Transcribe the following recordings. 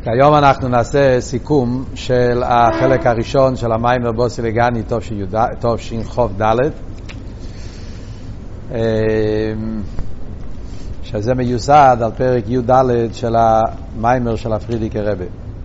היום אנחנו נעשה סיכום של החלק הראשון של המיימר בוסי לגני תשכ"ד, שזה מיוסד על פרק י"ד של המיימר של הפרידיקי רבי.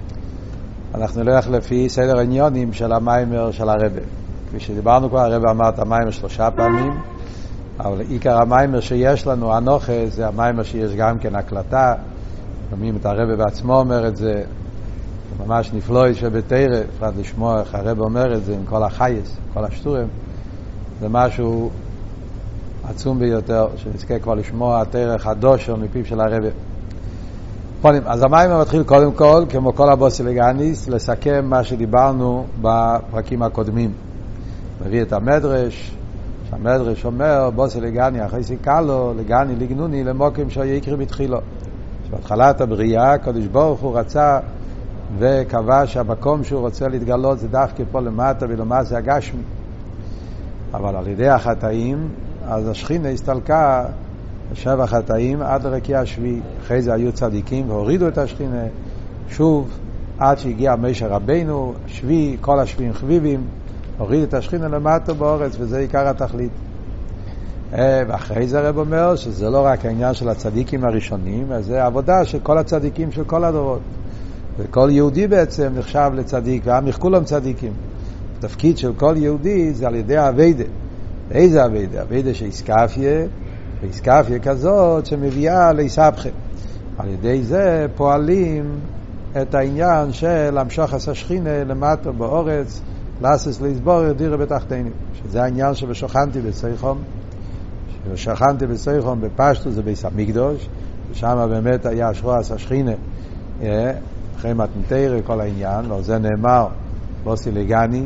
אנחנו נלך לפי סדר העניונים של המיימר של הרבי. כפי שדיברנו כבר, הרבי אמר את המיימר 3 פעמים, אבל עיקר המיימר שיש לנו, הנוחה, זה המיימר שיש גם כן הקלטה. שומעים את הרבי בעצמו אומר את זה, ממש נפלא שבתורה, אפשר לשמוע איך הרבי אומר את זה עם כל החייס, כל השטורים. זה משהו עצום ביותר, שנזכה כבר לשמוע התורה חדושה מפיו של הרבי. אז המיימר מתחיל קודם כל, כמו כל הבוסי לגניס, לסכם מה שדיברנו בפרקים הקודמים. מביא את המדרש, שהמדרש אומר, בוסי לגני, אחרי סיכלו, לגני, לגנוני, למוקים שיקרי בתחילו. בהתחלת הבריאה, הקדוש ברוך הוא רצה וקבע שהמקום שהוא רוצה להתגלות זה דווקא פה למטה ולמטה זה הגשמי. אבל על ידי החטאים, אז השכינה הסתלקה 7 חטאים עד לרקיע השביעי. אחרי זה היו צדיקים והורידו את השכינה שוב עד שהגיע משה רבינו, שביעי, כל השביעים חביבים, הוריד את השכינה למטה באורץ, וזה עיקר התכלית. ואחרי זה הרב אומר שזה לא רק העניין של הצדיקים הראשונים, זה העבודה של כל הצדיקים של כל הדורות. וכל יהודי בעצם נחשב לצדיק, ועם כולם צדיקים. התפקיד של כל יהודי זה על ידי העבודה. איזה עבודה? עבודה שהסקפיה, והסקפיה כזאת שמביאה להיסבכה. על ידי זה פועלים את העניין של המשוך השכינה למטה באורץ, לעשות להסבור דירה בתחתינו. שזה העניין שבשוכנתי בצריחום. ושכנתי בסייחון בפשטו זה ביס המקדוש, ושם באמת היה שרועס השכינה אחרי מתנתר כל העניין, וזה נאמר בוסי לגני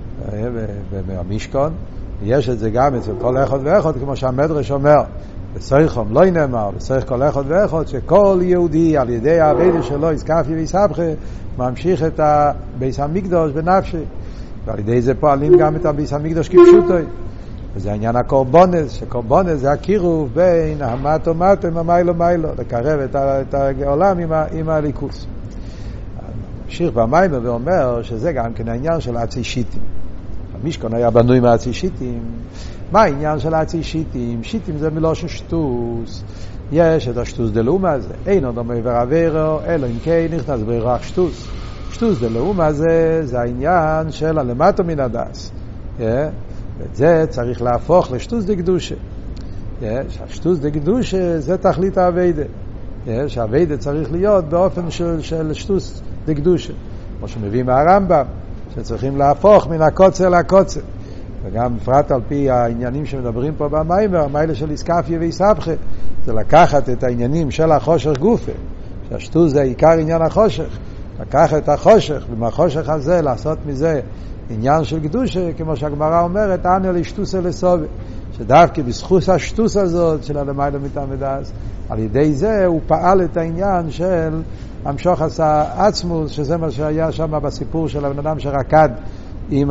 ובמשכון. יש את זה גם אצל כל אחד ואחד, כמו שהמדרש אומר בסייחון לא נאמר בסייח כל אחד ואחד, שכל יהודי על ידי העבודה שלו יסקפי ויסבכה ממשיך את ביס המקדוש בנפשי, ועל ידי זה פועלים גם את ביס המקדוש כפשוטו. וזה העניין הקורבונס, שקורבונס זה הקירוב בין המטו מטו עם המיילו מיילו, לקרב את העולם עם הליכוס. המשיך במיימר ואומר שזה גם כן העניין של עצי שיטים. המשכון היה בנוי מעצי שיטים. מה העניין של עצי שיטים? שיטים זה מלושן שטוס. יש את השטוס דלאומה הזה, אין עוד אומר עבירו, אלא אם כן נכנס ברוח שטוס. שטוס דלאומה זה העניין של הלמטו מן הדס. ואת זה צריך להפוך לשטוס דקדושה. שהשטוס דקדושה זה תכלית העבודה. שהעבודה צריך להיות באופן של שטוס דקדושה. כמו שמביא מהרמב"ם, שצריכים להפוך מן הקוצר לקוצר. וגם בפרט על פי העניינים שמדברים פה במיימר, המיילה של איסקפיה ואיסבכה, זה לקחת את העניינים של החושך גופה. שהשטוס זה עיקר עניין החושך. לקחת את החושך, ומהחושך הזה לעשות מזה עניין של קדושה, כמו שהגמרא אומרת, אנא לשטוסה לסובה, שדווקא בזכות השטוס הזאת של הלמיילה מתעמדס, על ידי זה הוא פעל את העניין של המשוך עשה עצמוס, שזה מה שהיה שם בסיפור של הבן אדם שרקד עם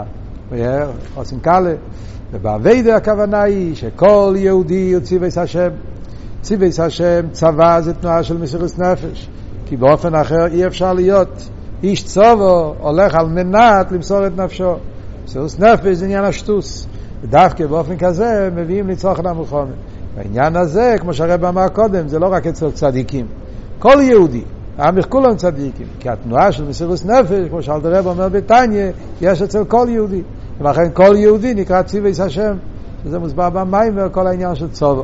עושים קלה. ובעבודה הכוונה היא שכל יהודי הוא ציווייס השם. ציווייס השם, צבא זה תנועה של מסירות נפש, כי באופן אחר אי אפשר להיות איש צובו הולך על מנת למסור את נפשו. מסירות נפש זה עניין השטוס, ודווקא באופן כזה מביאים לצורך למלחמה. העניין הזה, כמו שהרב אמר קודם, זה לא רק אצל צדיקים, כל יהודי, כולם צדיקים, כי התנועה של מסירות נפש, כמו שהרב אומר בתניא, יש אצל כל יהודי, ולכן כל יהודי נקרא ציווייס השם, שזה מוסבר במיימר כל העניין של צובו.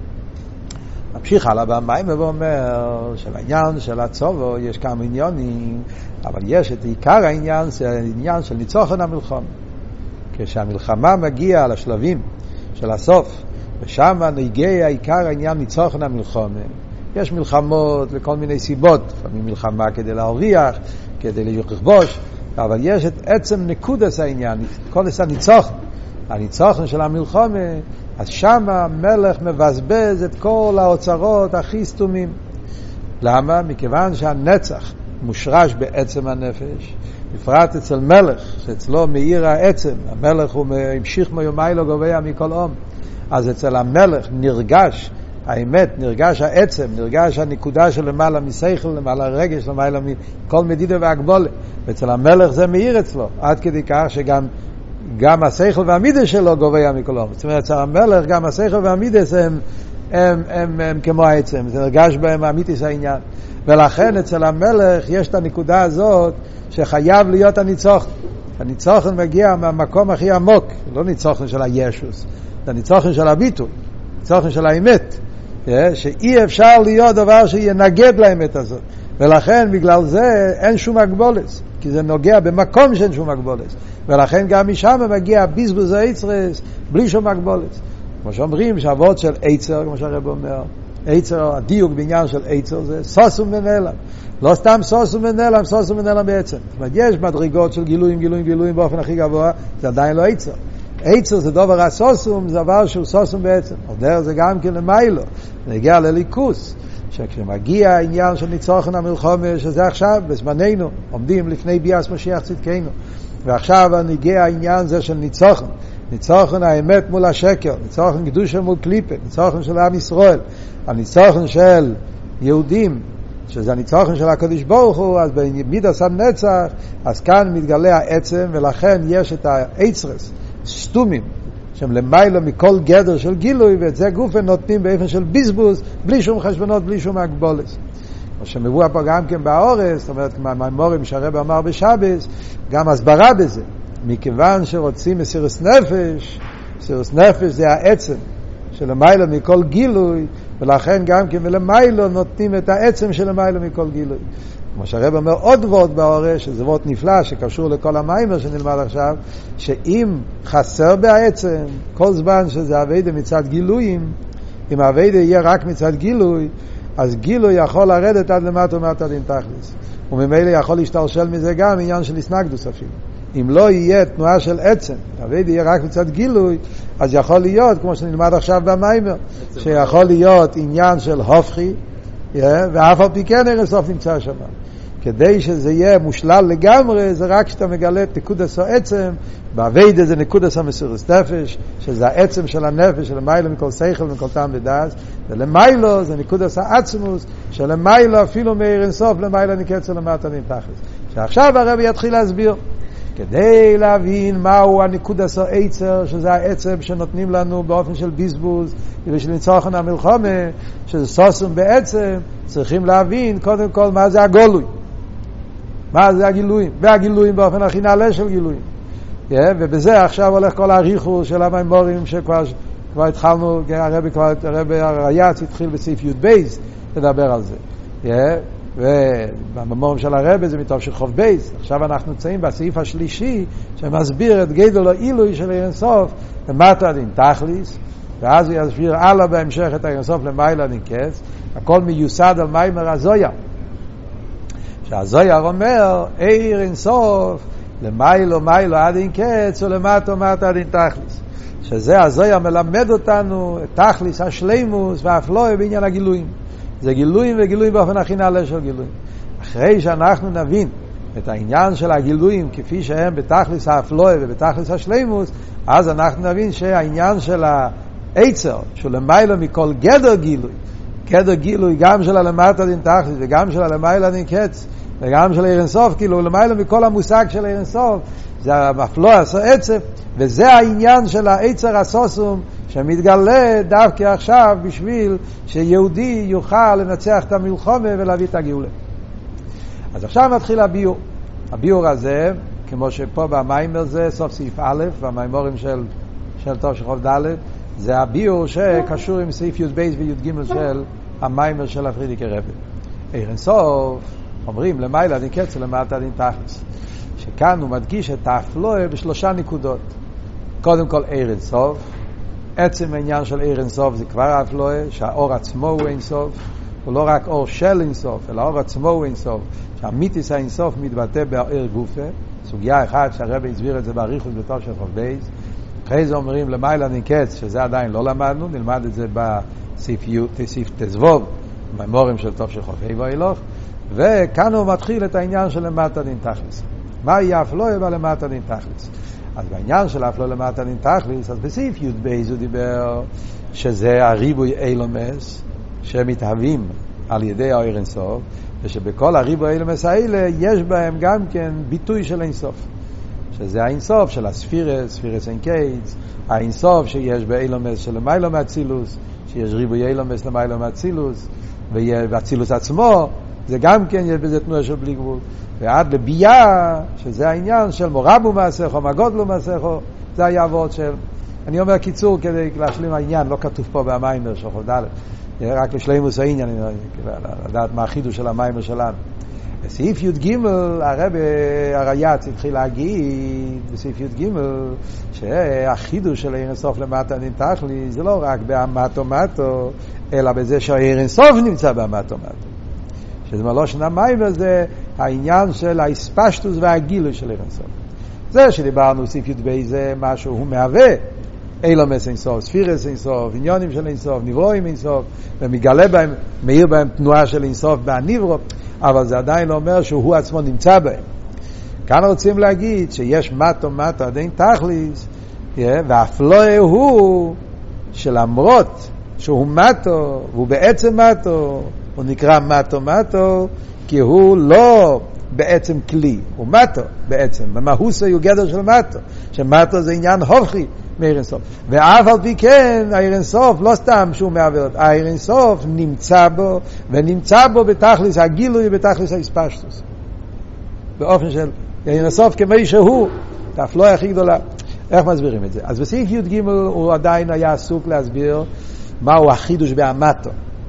ממשיך הלאה במיימר ואומר שבעניין של הצובו יש כמה עניונים, אבל יש את עיקר העניין, זה העניין של ניצחון המלחמה. כשהמלחמה מגיעה לשלבים של הסוף, ושם נגיע העיקר העניין ניצחון המלחמה. יש מלחמות לכל מיני סיבות, לפעמים מלחמה כדי להוריח, כדי לכבוש, אבל יש את עצם נקודס העניין, כל הניצחון, הניצחון של המלחמה. אז שם המלך מבזבז את כל האוצרות הכי סתומים. למה? מכיוון שהנצח מושרש בעצם הנפש, בפרט אצל מלך, שאצלו מאיר העצם, המלך הוא המשיך מיומי לא גובע מכל עום, אז אצל המלך נרגש האמת, נרגש העצם, נרגש הנקודה של למעלה משכל, למעלה רגש, למעלה מכל מדידה והגבולה. ואצל המלך זה מאיר אצלו, עד כדי כך שגם השכל והמידה שלו גובע מכל אופן. זאת אומרת, אצל המלך גם השכל והמידה הם כמו העצם, זה נרגש בהם האמיתיס העניין. ולכן אצל המלך יש את הנקודה הזאת שחייב להיות הניצוחן. הניצוחן מגיע מהמקום הכי עמוק, לא ניצוחן של הישוס, זה הניצוחן של הביטול, ניצוחן של האמת, שאי אפשר להיות דבר שינגד לאמת הזאת. ולכן בגלל זה אין שום הגבולת, כי זה נוגע במקום שאין שום הגבולת, ולכן גם משם מגיע בזבוז היצרס בלי שום הגבולת. כמו שאומרים שהעבוד של עצר, כמו שהרב אומר, עצר, הדיוק בעניין של עצר זה סוסום ונעלם, לא סתם סוסום ונעלם, סוסום ונעלם בעצם. זאת אומרת, יש מדרגות של גילויים באופן הכי גבוה, זה עדיין לא עצר. עצר זה דבר הסוסום, זה דבר שהוא סוסום בעצם. עוד זה גם כן למיילו, נגיע לליכוס, שכשמגיע העניין של ניצוחן המלחמה, שזה עכשיו, בזמננו, עומדים לפני ביאת משיח צדקנו, ועכשיו נגיע העניין זה של ניצוחן, ניצוחן האמת מול השקר, ניצוחן קדושה מול קליפה, ניצוחן של עם ישראל, הניצוחן של יהודים, שזה הניצוחן של הקדוש ברוך הוא. אז במידס הנצח, אז כאן מתגלה העצם, ולכן יש את העצרס, סתומים, שהם למעלה מכל גדר של גילוי, ואת זה גופן נותנים באופן של בזבוז, בלי שום חשבונות, בלי שום הגבולת. כמו שמבוא פה גם כן באורס, זאת אומרת, מהמורים שהרב אמר בשבס, גם הסברה בזה, מכיוון שרוצים מסירות נפש, מסירות נפש זה העצם, שלמעלה מכל גילוי, ולכן גם כן מלמעלה נותנים את העצם שלמעלה מכל גילוי. כמו שהרב אומר עוד ווד באורש, שזה ווד נפלא שקשור לכל המיימר שנלמד עכשיו, שאם חסר בעצם, כל זמן שזה עבודה מצד גילויים, אם העבודה יהיה רק מצד גילוי, אז גילוי יכול לרדת עד למטה ומטה דין תכלס. וממילא יכול להשתלשל מזה גם עניין של הסנגדוס אפילו. אם לא יהיה תנועה של עצם, העבודה יהיה רק מצד גילוי, אז יכול להיות, כמו שנלמד עכשיו במיימר, שיכול להיות עניין של הופכי, ואף על פי כן ערב סוף נמצא שם. כדי שזה יהיה מושלל לגמרי, זה רק שאתה מגלה את נקודס העצם, בעבודה זה נקודס המסירות נפש, שזה העצם של הנפש, שלמיילו מכל שכל ומכל טעם ודעת, ולמיילו זה נקודס העצמוס, שלמיילו אפילו מאיר אינסוף, למיילו נקצר למטה נתחלס. שעכשיו הרב יתחיל להסביר, כדי להבין מהו הנקודס העצר, שזה העצם שנותנים לנו באופן של בזבוז, ושל ניצוחן המלחמה, שזה סוסום בעצם, צריכים להבין קודם כל מה זה הגולוי. מה זה הגילויים? והגילויים באופן הכי נעלה של גילויים. ובזה עכשיו הולך כל הריחוס של המיימורים שכבר התחלנו, הרב הרייץ התחיל בסעיף י' בייס לדבר על זה. ובמיימורים של הרב זה מתוך של חוב בייס. עכשיו אנחנו נמצאים בסעיף השלישי שמסביר את גדול העילוי של אינסוף למטה דין תכליס, ואז הוא יסביר הלאה בהמשך את אינסוף למעלה דין קץ. הכל מיוסד על מיימר הזויה. שהזויר אומר, איר אינסוף, למיילו מיילו עד אין קץ, ולמטו מטה עד אין תכליס. שזה הזויר מלמד אותנו את תכליס השלימוס והאפלואה בעניין הגילויים. זה גילויים וגילויים באופן הכי נעלה של גילויים. אחרי שאנחנו נבין את העניין של הגילויים כפי שהם בתכליס האפלואה ובתכליס השלימוס, אז אנחנו נבין שהעניין של העצר, שלמיילו מכל גדר גילוי, גדר גילוי גם של הלמטה דין תכליס וגם של הלמיילו דין קץ וגם של אירנסוף, כאילו למיילו מכל המושג של אירנסוף, זה המפלוא עצב, וזה העניין של העצר הסוסום שמתגלה דווקא עכשיו בשביל שיהודי יוכל לנצח את המלחמה ולהביא את הגאולה. אז עכשיו מתחיל הביור. הביור הזה, כמו שפה במיימר זה סוף סעיף א', במיימורים של תוף של חוב ד', זה הביור שקשור עם סעיף י' בייס וי' ג' של המיימר של הפרידיקי רבי. אירנסוף אומרים למעלה דין קץ ולמטה דין תכלס, שכאן הוא מדגיש את האפלואה בשלושה נקודות. קודם כל אירנסוף, עצם העניין של אירנסוף זה כבר האפלואה, שהאור עצמו הוא אינסוף, הוא לא רק אור של אינסוף, אלא האור עצמו הוא אינסוף, שהמיתיס האינסוף מתבטא באור גופה, סוגיה אחת שהרבי הסביר את זה באריכות בתור של חוב בייס. אחרי זה אומרים למעלה דין קץ, שזה עדיין לא למדנו, נלמד את זה בסעיף תזבוב, במיימורים של תוף של חוב ואילוך, וכאן הוא מתחיל את העניין של למטה דין תכלס. מה יהיה אפלואה ולמטה דין תכלס? אז בעניין של אף לא למטה דין תכליס, אז בסעיף י' בייז הוא דיבר שזה הריבוי אילומס שמתהווים על ידי האור אין סוף, ושבכל הריבוי אילומס האלה יש בהם גם כן ביטוי של אין סוף, שזה האין סוף של הספירס, ספירס אין קייץ, האין סוף שיש באילומס של מיילו מאצילוס, שיש ריבוי אילומס למיילו מאצילוס, והצילוס עצמו זה גם כן יש בזה תנועה של בלי גבול, ועד לבייה שזה העניין של מורבו מעשךו מגודלו מעשךו, זה היה עבוד של, אני אומר קיצור כדי להשלים העניין, לא כתוב פה במיימר של חודל, רק לשלימוס העניין, לדעת מה החידוש של המיימר שלנו. בסעיף י"ג הרייץ התחיל להגיד בסעיף י"ג שהחידוש של עיר אינסוף למטה דין תכליס זה לא רק באמתו מטו, אלא בזה שהעיר אינסוף נמצא באמתו מטו, שזה מלושן המיימר זה העניין של ההספשטוס והגילוי של עיר אינסוף. זה שדיברנו סעיף י"ב זה משהו הוא מהווה אילומס אינסוף, ספירס אינסוף, עניונים של אינסוף, נברואים אינסוף, ומגלה בהם, מאיר בהם תנועה של אינסוף בהנברו, אבל זה עדיין לא אומר שהוא עצמו נמצא בהם. כאן רוצים להגיד שיש מטו מטו דין תכליס, ואף לא הוא שלמרות שהוא מטו, והוא בעצם מטו, הוא נקרא מטו מטו, כי הוא לא בעצם כלי, הוא מטו בעצם, במהוסו הוא גדר של מטו, שמטו זה עניין הופכי מאיר אינסוף. ואף על פי כן, האיר אינסוף לא סתם שהוא מעביר, האיר אינסוף נמצא בו, ונמצא בו בתכליס הגילוי, בתכליס ההספשטוס. באופן של האיר אינסוף כמי שהוא, תפלוי הכי גדולה. איך מסבירים את זה? אז בסעיף י"ג הוא עדיין היה עסוק להסביר מהו החידוש באמתו.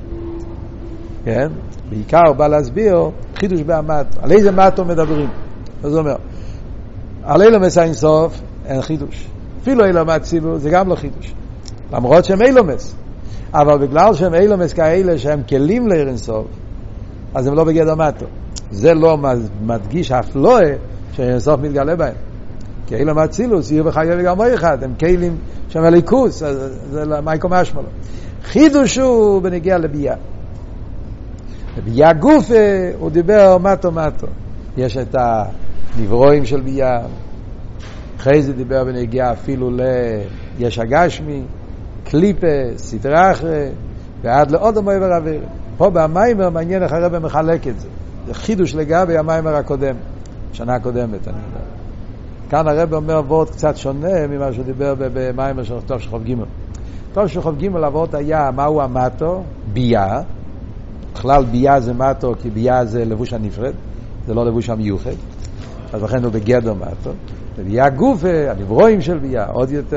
כן? בעיקר הוא בא להסביר חידוש באמתו. על איזה מטו מדברים? זאת אומרת, על אילומס האינסוף אין חידוש. אפילו אילומס ציבור זה גם לא חידוש. למרות שהם אילומס. אבל בגלל שהם אילומס כאלה שהם כלים לעיר אינסוף, אז הם לא בגדר מטו. זה לא מדגיש אף לא שעיר אינסוף מתגלה בהם. כי אילומס צילוס, עיר וחייה וגם אוי אחד, הם כלים שהם הליכוס, זה מייקו משמלו. חידוש הוא בנגיע לבייה. בבייה גוף הוא דיבר מטו מטו. יש את הנברואים של בייה, אחרי זה דיבר בנגיע אפילו ליש הגשמי, קליפה, סדרה אחרי, ועד לעוד המויבר אוויר. פה במיימר מעניין איך הרב מחלק את זה. זה חידוש לגבי המיימר הקודם, שנה הקודמת אני יודע. כאן הרב אומר וורט קצת שונה ממה שהוא דיבר במיימר של טוב של חוב ג'. טוב של חוב ג' הוורט היה מהו המטו? בייה. בכלל בייה זה מטו כי בייה זה לבוש הנפרד, זה לא לבוש המיוחד. אז לכן הוא בגדר מטו. ובייה גוף, הנברואים של בייה,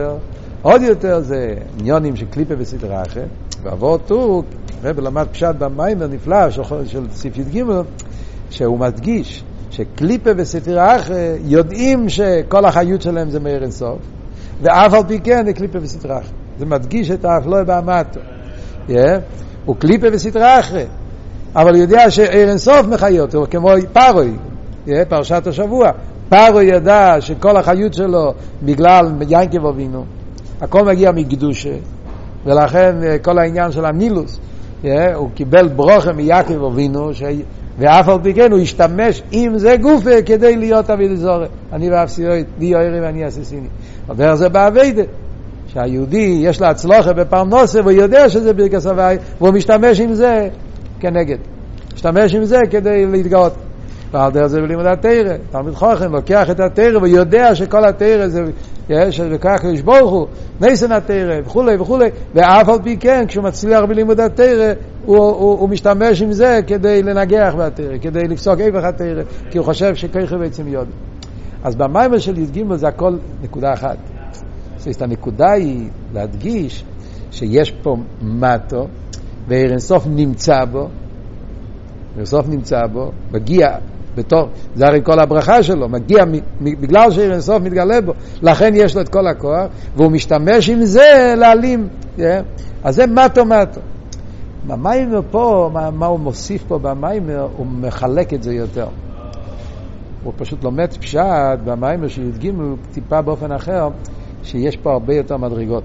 עוד יותר זה עניונים של קליפה וסדרה אחרת. והוורט הוא, הרב למד פשט במיימר נפלא של סעיף י"ג, שהוא מדגיש שקליפה וסתירה אחרת יודעים שכל החיות שלהם זה מאיר אינסוף, ואף על פי כן קליפה וסתירה אחרת. זה מדגיש את האפלוי באמתו. הוא קליפה וסתירה אחרת, אבל הוא יודע שאיר אינסוף מחיה אותו, כמו פרוי, פרשת השבוע. פרוי ידע שכל החיות שלו בגלל יעקב אבינו, הכל מגיע מקדושה, ולכן כל העניין של הנילוס, הוא קיבל ברוכה מיעקב אבינו, ואף על פי כן הוא השתמש עם זה גופה כדי להיות אביד זורע. אני ואפסיוי, די יוירי ואני אססיני. עובר זה בעבידה, שהיהודי יש לה הצלוחה בפרנסה, והוא יודע שזה ברכת הוואי, והוא משתמש עם זה כנגד. משתמש עם זה כדי להתגאות. ועל דרך זה בלימוד התורה, תלמיד חכם לוקח את התורה ויודע שכל התורה זה וכך לשבורך הוא ניסן התורה וכולי וכולי, ואף על פי כן כשהוא מצליח בלימוד התורה הוא משתמש עם זה כדי לנגח בתורה, כדי לפסוק איפך התורה, כי הוא חושב שככה בעצם יודע. אז במיימר של י"ג זה הכל נקודה אחת. זאת הנקודה היא להדגיש שיש פה מטו ואיר אינסוף נמצא בו, אינסוף נמצא בו, מגיע בתור, זה הרי כל הברכה שלו, מגיע בגלל שאיר אינסוף מתגלה בו, לכן יש לו את כל הכוח, והוא משתמש עם זה להעלים. אז זה מטו מטו. במיימר פה, מה הוא מוסיף פה במיימר, הוא מחלק את זה יותר. הוא פשוט לומד פשט במיימר שי"ג טיפה באופן אחר, שיש פה הרבה יותר מדרגות.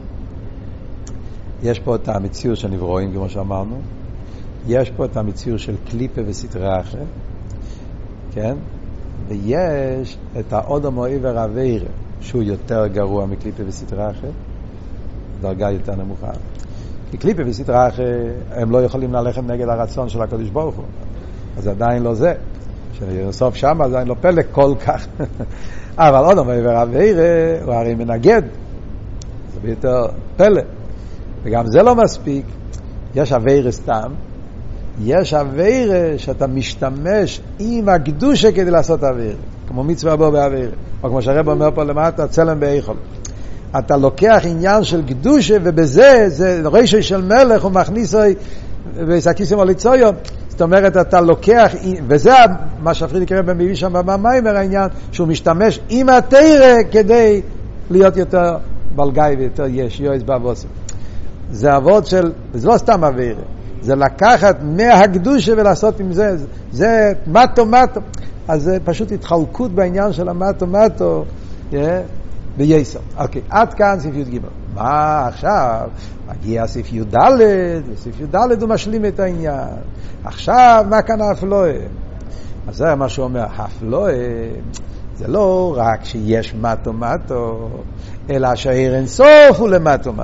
יש פה את המציאות שנברואים, כמו שאמרנו, יש פה את המציאות של קליפה וסתרה אחרת, כן? ויש את האודום עבר אוויר, שהוא יותר גרוע מקליפה וסטרא אחרת, דרגה יותר נמוכה. כי קליפה וסטרא אחרת הם לא יכולים ללכת נגד הרצון של הקדוש ברוך הוא, אז עדיין לא זה. כשנסוף שם עדיין לא פלא כל כך. אבל עוד מעבר עבירה הוא הרי מנגד, זה ביותר פלא. וגם זה לא מספיק. יש עבירה סתם, יש עבירה שאתה משתמש עם הקדושה כדי לעשות עבירה, כמו מצווה בו בעבירה, או כמו שהרב אומר פה למטה, צלם באיכול. אתה לוקח עניין של קדושה, ובזה זה ראשי של מלך, הוא מכניס וסקיסם על יצויו. זאת אומרת, אתה לוקח, וזה מה שהפרידיק רבי מביא שם במיימר, העניין שהוא משתמש עם התורה כדי להיות יותר בלגאי ויותר יש יועץ בעבוסם. זה עבוד של, זה לא סתם עבירה, זה לקחת מהקדושה ולעשות עם זה, זה מטו. אז זה פשוט התחלקות בעניין של המטו בייסר. אוקיי, עד כאן סעיף י' ג'. מה עכשיו? מגיע סעיף י' ד', וסעיף י' ד' הוא משלים את העניין. עכשיו, מה כאן האפלואה? אז זה מה שהוא אומר, האפלואה זה לא רק שיש מטו, אלא שהעיר אין סוף הוא למטו.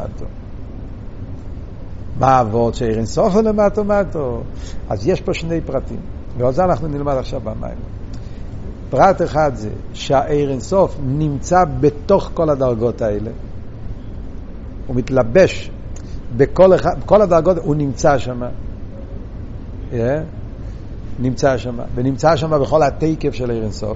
מה עבוד שהעיר אין סוף הוא למטו? אז יש פה שני פרטים, ועל זה אנחנו נלמד עכשיו במים. פרט אחד זה שהעיר אין סוף נמצא בתוך כל הדרגות האלה, הוא מתלבש בכל הדרגות, הוא נמצא שם, ונמצא שם בכל התקף של העיר אין סוף.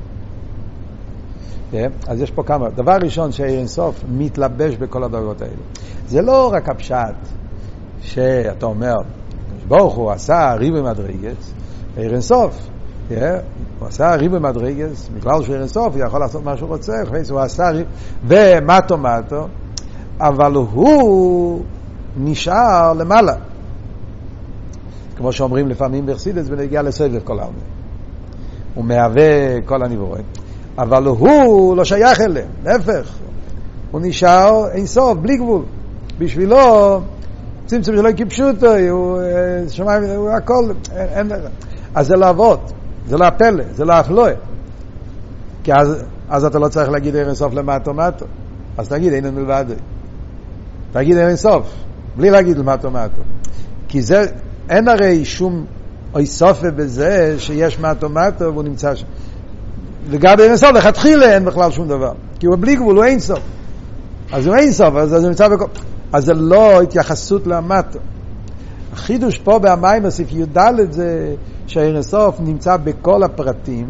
אז יש פה כמה. דבר ראשון, שהעיר אין סוף מתלבש בכל הדרגות האלה. זה לא רק הפשט שאתה אומר ברוך הוא עשה ריבוי מדרגס, העיר אין סוף, הוא עשה ריבוי מדרגס, מכלל שהוא עיר אין סוף הוא יכול לעשות מה שהוא רוצה, הוא עשה ומטו, אבל הוא נשאר למעלה, כמו שאומרים לפעמים בחסידות, ונגיע לסבב כל העולם, הוא מהווה כל הנברואים, אבל הוא לא שייך אליהם, להפך, הוא נשאר אין סוף, בלי גבול. בשבילו צמצום שלא קיפשו אותו, הוא שמיים, הוא הכל, אז זה לא עבוד, זה לא הפלא, זה לא האפלואה, כי אז אתה לא צריך להגיד אין סוף למטו, אז תגיד אין מלבד, תגיד אין סוף בלי להגיד למטו, כי זה אין הרי שום איסופה בזה שיש מטו והוא נמצא שם. לגבי אין סוף לכתחילה אין בכלל שום דבר, כי הוא בלי גבול, הוא אין סוף, אז הוא אין סוף, אז הוא נמצא בכל, אז זה לא התייחסות למטו. החידוש פה במים בסעיף י' ד' זה שהעיר אין סוף נמצא בכל הפרטים,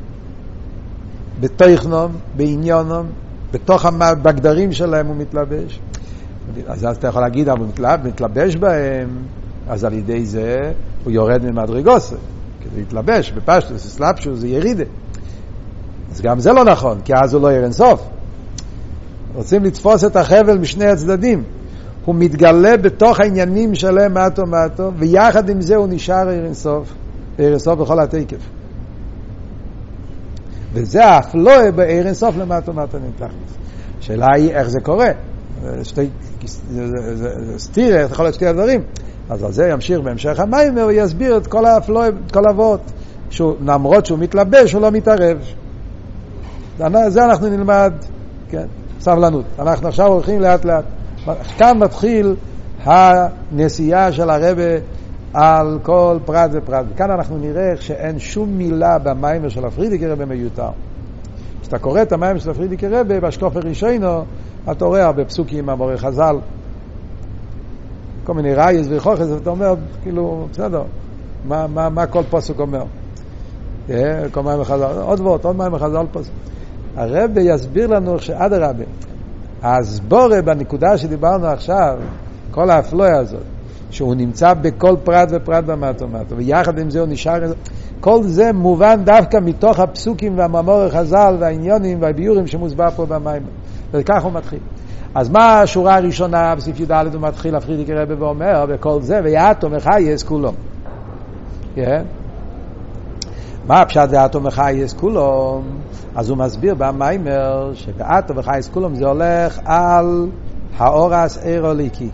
בתוכנם, בעניינם, בתוך בגדרים שלהם הוא מתלבש. אז אתה יכול להגיד, הוא מתלבש בהם, אז על ידי זה הוא יורד ממדרגוסה, כדי להתלבש בפשטוס, סלאפשוס, זה ירידה. אז גם זה לא נכון, כי אז הוא לא עיר אין סוף. רוצים לתפוס את החבל משני הצדדים. הוא מתגלה בתוך העניינים שלהם מטו, ויחד עם זה הוא נשאר עיר אין סוף, עיר אין סוף בכל התקף. וזה האפלואה בעיר אין סוף למטו נתלחת. השאלה היא איך זה קורה. סתיר, איך יכול להיות שתי הדברים. אז על זה ימשיך בהמשך המים, הוא יסביר את כל האפלואה, את כל אבות. למרות שהוא מתלבש, הוא לא מתערב. זה אנחנו נלמד, כן, סבלנות. אנחנו עכשיו הולכים לאט לאט. כאן מתחיל הנסיעה של הרבי על כל פרט ופרט. וכאן אנחנו נראה שאין שום מילה במיימר של הפרידיק רבי מיותר. כשאתה קורא את המיימר של הפרידיק רבי, בשקופר ראשינו, אתה רואה הרבה פסוקים אמורי חז"ל, כל מיני רייס וחוכס, ואתה אומר, כאילו, בסדר, מה כל פסוק אומר? כל מיימר חז"ל, עוד ועוד, עוד מיימר חז"ל פסוק. הרבי יסביר לנו שעד הרבי, הסבורה בנקודה שדיברנו עכשיו, כל האפלואה הזאת, שהוא נמצא בכל פרט ופרט במטו, ויחד עם זה הוא נשאר, כל זה מובן דווקא מתוך הפסוקים והמאמרי חז"ל והעניונים והביורים שמוסבר פה במים, וכך הוא מתחיל. אז מה השורה הראשונה בסעיף י' הוא מתחיל הפרידיק רבי ואומר בכל זה ויעתו מחייס כולו, מה הפשט ויעתו מחייס כולו? אז הוא מסביר במיימר שבעתו וחייס כולו זה הולך על האורס אירוליקי,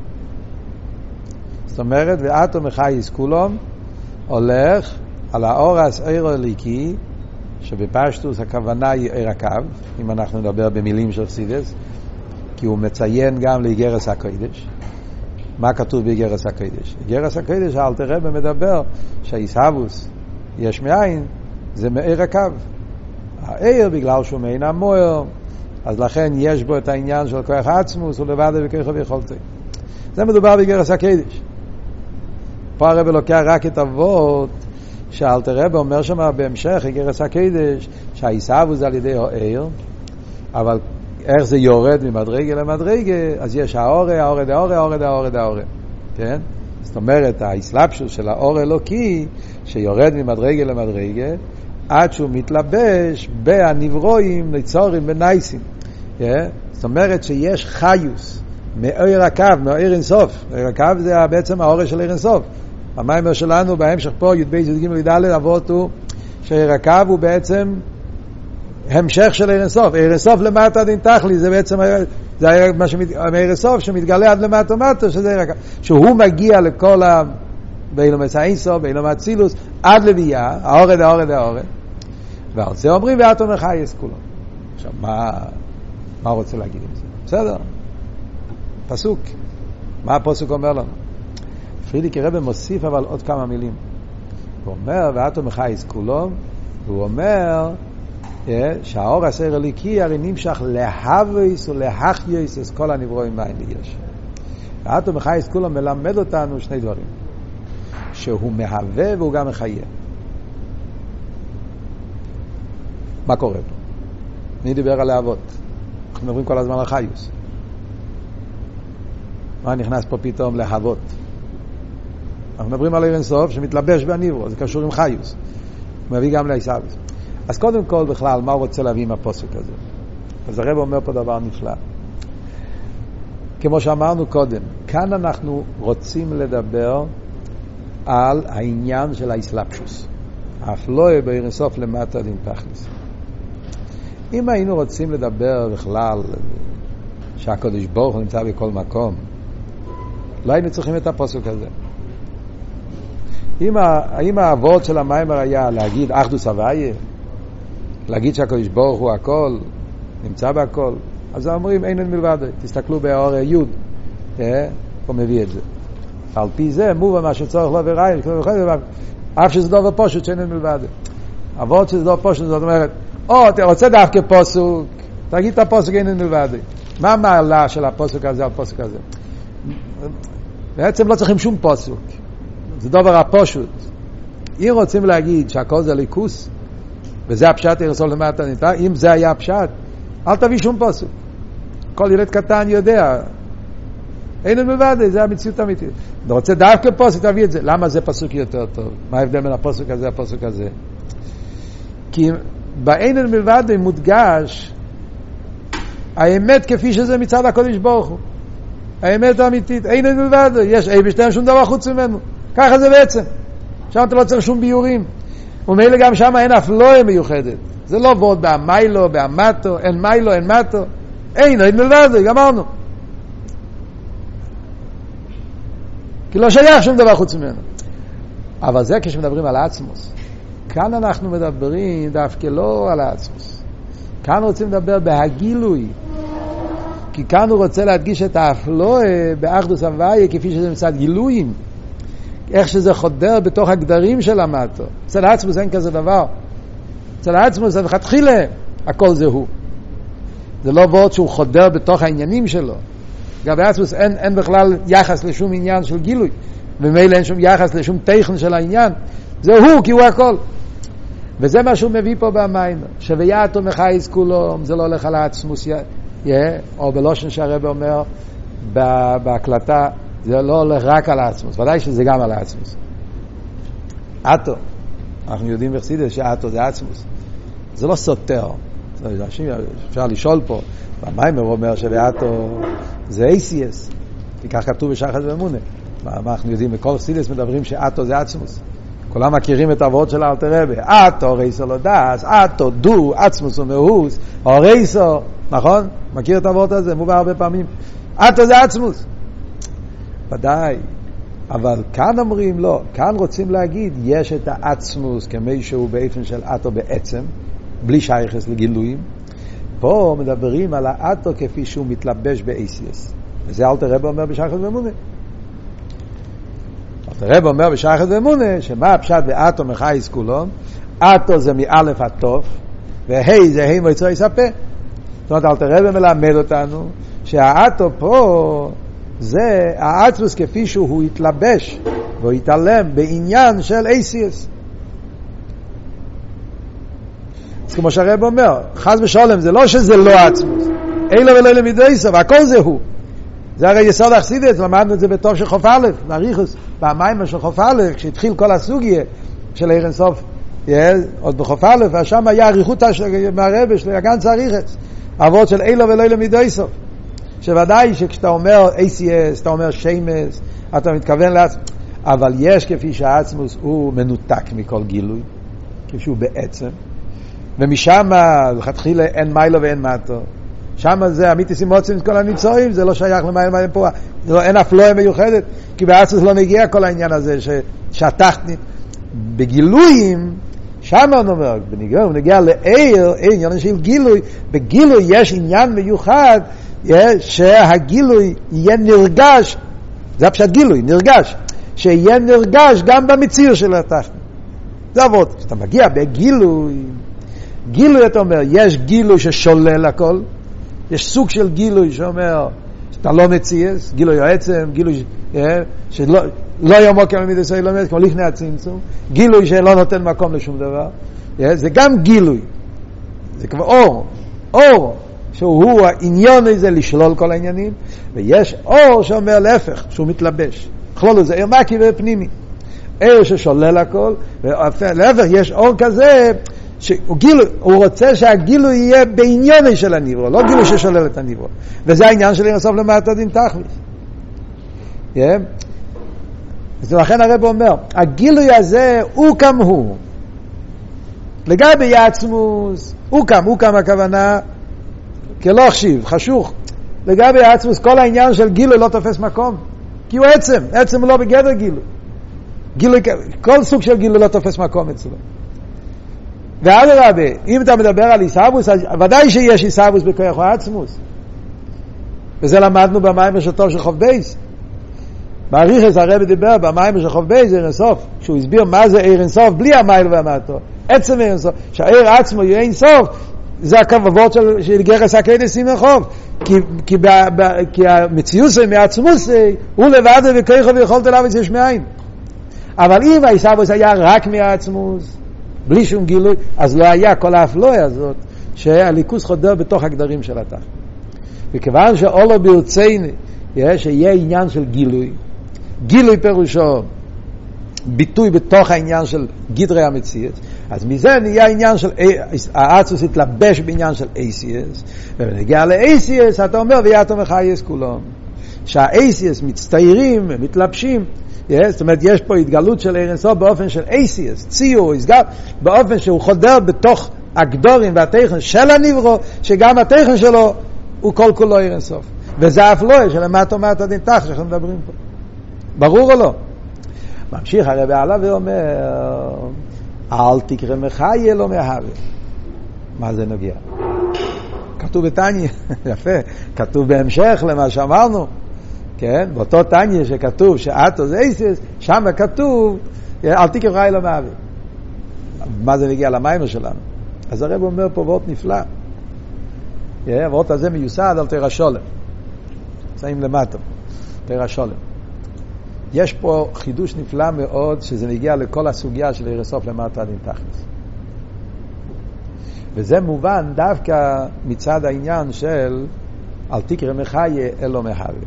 זאת אומרת ועתו מחייס כולו הולך על האורס אירוליקי שבפשטוס הכוונה היא עיר הקו, אם אנחנו נדבר במילים של חסידס, כי הוא מציין גם לאיגרס הקודש. מה כתוב באיגרס הקודש? איגרס הקודש, האלטר רבי מדבר שהאיסהבוס יש מאין, זה מעיר הקו. העיר, בגלל שהוא מעין המוער, אז לכן יש בו את העניין של כוח העצמוס, הוא לבד בכוחו ויכולתו. זה מדובר באיגרס הקודש. פה הרבי לוקח רק את אבות, שהאלטר רבי אומר שם בהמשך, איגרס הקודש, שהאיסהבוס על ידי העיר, אבל איך זה יורד ממדרגה למדרגה, אז יש האורה, כן? זאת אומרת, האסלאפשוס של האור אלוקי, שיורד ממדרגה למדרגה, עד שהוא מתלבש בהנברואים, ניצורים, בנייסים. זאת אומרת שיש חיוס מאיר הקו, מאיר אינסוף. מאיר הקו זה בעצם האור של איר אינסוף. המיימר שלנו בהמשך פה, י"ב י"ג י"ד, אבות הוא שאיר הקו הוא בעצם המשך של עיר אינסוף. עיר אינסוף למטה דין תכלי, זה בעצם זה היה מה עיר אינסוף שמתגלה עד למטה מטה, שזה עיר הקו, שהוא מגיע לכל באילומס האינסוף, באילום האצילוס, עד לביאה, האורד, ועל זה אומרים ואתו מחייס כולו. עכשיו, מה רוצה להגיד עם זה? בסדר, פסוק. מה הפסוק אומר לנו? פרידיק רבי מוסיף אבל עוד כמה מילים. הוא אומר ואתו מחייס כולו, והוא אומר שהאור הסר אליקי הרי נמשך להוויס ולהחייס את כל הנברואים מים יש. ואתו מחייס כולו מלמד אותנו שני דברים. שהוא מהווה והוא גם מחיה. מה קורה פה? מי דיבר על להוות? אנחנו מדברים כל הזמן על חיוס. מה נכנס פה פתאום להוות? אנחנו מדברים על עיר אינסוף שמתלבש בנברו, זה קשור עם חיוס. הוא מביא גם לאיסהבוס. אז קודם כל בכלל, מה הוא רוצה להביא עם הפסוק הזה? אז הרב אומר פה דבר נפלא. כמו שאמרנו קודם, כאן אנחנו רוצים לדבר על העניין של האסלאפשוס. האפלואה בעיר אינסוף למטה דין תכלס. אם היינו רוצים לדבר בכלל שהקדוש ברוך הוא נמצא בכל מקום, לא היינו צריכים את הפסוק הזה. אם האבות של המיימר היה להגיד אחדוס הוויה, להגיד שהקדוש ברוך הוא הכל, נמצא בהכל, אז אומרים אין מלבד. תסתכלו באור י' הוא מביא את זה. על פי זה מובן מה שצורך לו וראי, אף שזה דבר פשוט שאין מלבד. אבות שזה דבר פשוט, זאת אומרת, אתה רוצה דווקא פסוק, תגיד את הפסוק אין מלבד. מה המעלה של הפסוק הזה על הפסוק הזה? בעצם לא צריכים שום פסוק. זה דבר הפשוט. אם רוצים להגיד שהכל זה ליכוס, וזה הפשט ירסול למטה ניתן, אם זה היה הפשט, אל תביא שום פסוק. כל ילד קטן יודע, אין מלבד, זה המציאות האמיתית. אתה רוצה דווקא פסוק, תביא את זה. למה זה פסוק יותר טוב? מה ההבדל בין הפסוק הזה לפסוק הזה? כי באין מלבד מודגש האמת כפי שזה מצד הקדוש ברוך הוא. האמת האמיתית, אין מלבד, יש בשתיהם שום דבר חוץ ממנו. ככה זה בעצם. שם אתה לא צריך שום ביורים. ומילא גם שם אין אפלואה מיוחדת. זה לא ועוד בהמיילו, בהמטו, אין מיילו, אין מטו. אין מלבד, גמרנו. כי לא שייך שום דבר חוץ ממנו. אבל זה כשמדברים על העצמוס. כאן אנחנו מדברים דווקא לא על העצמוס. כאן רוצים לדבר בהגילוי. כי כאן הוא רוצה להדגיש את האפלואה באחדוס הוויה כפי שזה מצד גילויים. איך שזה חודר בתוך הגדרים של המטו. אצל העצמוס אין כזה דבר. אצל העצמוס זה מתחילה, הכל זה הוא. זה לא ועוד שהוא חודר בתוך העניינים שלו. גם בעצמוס אין בכלל יחס לשום עניין של גילוי. ומילא אין שום יחס לשום טכן של העניין. זה הוא, כי הוא הכל. וזה מה שהוא מביא פה במים. שוויאתו מחייס כולו, זה לא הולך על העצמוס, או בלושן שהרבא אומר בהקלטה, זה לא הולך רק על העצמוס, ודאי שזה גם על העצמוס. אתו, אנחנו יודעים בחסידות שאתו זה עצמוס. זה לא סותר. אפשר לשאול פה, והמיימר אומר שבאתו זה ACS, כי כך כתוב בשחת ואמונה. אנחנו יודעים, בכל חסידות מדברים שאתו זה עצמוס. כולם מכירים את העבוד של האלטר רבי. אתו רייסו לא דס, אתו דו, עצמוס ומאוס, או רייסו, נכון? מכיר את העבוד הזה? מובא הרבה פעמים. אתו זה עצמוס. ודאי, אבל כאן אומרים לא, כאן רוצים להגיד יש את העצמוס כמי שהוא באופן של אטו בעצם, בלי שייכס לגילויים. פה מדברים על האטו כפי שהוא מתלבש באייסיאס, וזה אלתר רבי אומר בשייכות ואמונה. אלתר רבי אומר בשייכות ואמונה שמה הפשט באטו מחייס כולון, אטו זה מאלף הטוב והי זה הי מויצו יספה. זאת אומרת אלתר רבי מלמד אותנו שהאטו פה זה העצמוס כפי שהוא התלבש והוא התעלם בעניין של אייסיאס. אז כמו שהרב אומר, חס ושלום, זה לא שזה לא עצמוס, אילו ולא למידויסו, והכל זה הוא. זה הרי יסוד החסידות, למדנו את זה בטוב של חוף א', להריחוס, פעמיים של חוף א', כשהתחיל כל הסוגיה של עיר אינסוף, עוד בחוף א', ושם היה אריכותא מהרבש, לגנץ הריחס, אבות של אילו ולא למידויסו. שוודאי שכשאתה אומר ACS, אתה אומר שיימס, אתה מתכוון לעצמוס, אבל יש כפי שהעצמוס הוא מנותק מכל גילוי, כשהוא בעצם, ומשם לכתחילה אין מיילו ואין מטו, שם זה אמיתיסים מוצאים את כל הניצויים, זה לא שייך למיילו ואין פה, אין אפלואה מיוחדת, כי בעצמוס לא נגיע כל העניין הזה שהתחתית בגילויים, שם הוא אומר, הוא נגיע לעיר, עניין של גילוי, בגילוי יש עניין מיוחד, שהגילוי יהיה נרגש, זה הפשט גילוי, נרגש, שיהיה נרגש גם במציר של התחתית. זה עבוד, כשאתה מגיע בגילוי, גילוי אתה אומר, יש גילוי ששולל הכל, יש סוג של גילוי שאומר, שאתה לא מציאס, גילוי העצם, גילוי שלא יומו כממיד ישראל לומד, כמו לפני הצמצום, גילוי שלא נותן מקום לשום דבר, זה גם גילוי, זה כבר אור, שהוא העניין הזה לשלול כל העניינים, ויש אור שאומר להפך, שהוא מתלבש, כלולו זה עיר מקי ופנימי, עיר ששולל הכל, ולהפך יש אור כזה, הוא רוצה שהגילוי יהיה בענייני של הניברו, לא גילוי ששולל את הניברו, וזה העניין של אינסוף למטה דין תכלס. ולכן הרב אומר, הגילוי הזה הוא כם הוא, לגבי עצמוס, הוא כם הכוונה, כלא חשיב, חשוך, לגבי עצמוס, כל העניין של גילוי לא תופס מקום, כי הוא עצם הוא לא בגדר גילוי, כל סוג של גילוי לא תופס מקום אצלו. ואדרבה, אם אתה מדבר על איסאבוס, ודאי שיש איסאבוס בכוח העצמוס, וזה למדנו במים של טוב של חוף בייס. בעריכס הרב דיבר במים של חוף בייס, עיר אינסוף, כשהוא הסביר מה זה עיר אינסוף בלי המייל והמטו, עצם עיר אינסוף, שהעיר עצמו יהיה אינסוף, זה הכבבות של גרס הקדס עם החוב, כי המציאות מעצמוס הוא לבד וכיכו ויכולת אליו יש מאין. אבל אם האיסאבוס היה רק מעצמוס, בלי שום גילוי, אז לא היה כל האפלואה הזאת שהליכוס חודר בתוך הגדרים של התחת. וכיוון שאולו ברציני שיהיה עניין של גילוי פירושו ביטוי בתוך העניין של גדרי המציאות, אז מזה נהיה עניין של העצמוס התלבש בעניין של ACS, ובנגיע ל-ACS אתה אומר ויאתו מחייס כולם, שה-ACS מצטיירים מתלבשים, זאת אומרת יש פה התגלות של עיר אינסוף באופן של ACS, ציור, באופן שהוא חודר בתוך הגדורים והתכן של הנברו, שגם התכן שלו הוא כל כולו עיר אינסוף, וזה אף לא שלמטה מטה דין תח שאנחנו מדברים פה, ברור או לא? ממשיך הרב עליו ואומר, אל תקרא מחיה לא מהווה. מה זה נוגע? כתוב בתניא, יפה, כתוב בהמשך למה שאמרנו, כן? באותו תניא שכתוב שאתו זה אייסיס, שם כתוב אל תקרא מחיה לא מהווה. מה זה נגיע למיימר שלנו? אז הרב אומר פה ואות נפלא, ואות הזה מיוסד על תורה שולם, שמים למטה, תורה שולם. יש פה חידוש נפלא מאוד שזה נגיע לכל הסוגיה של עיר אינסוף למטה דין תכלס, וזה מובן דווקא מצד העניין של אל תקרא מחיה אלא מהווה.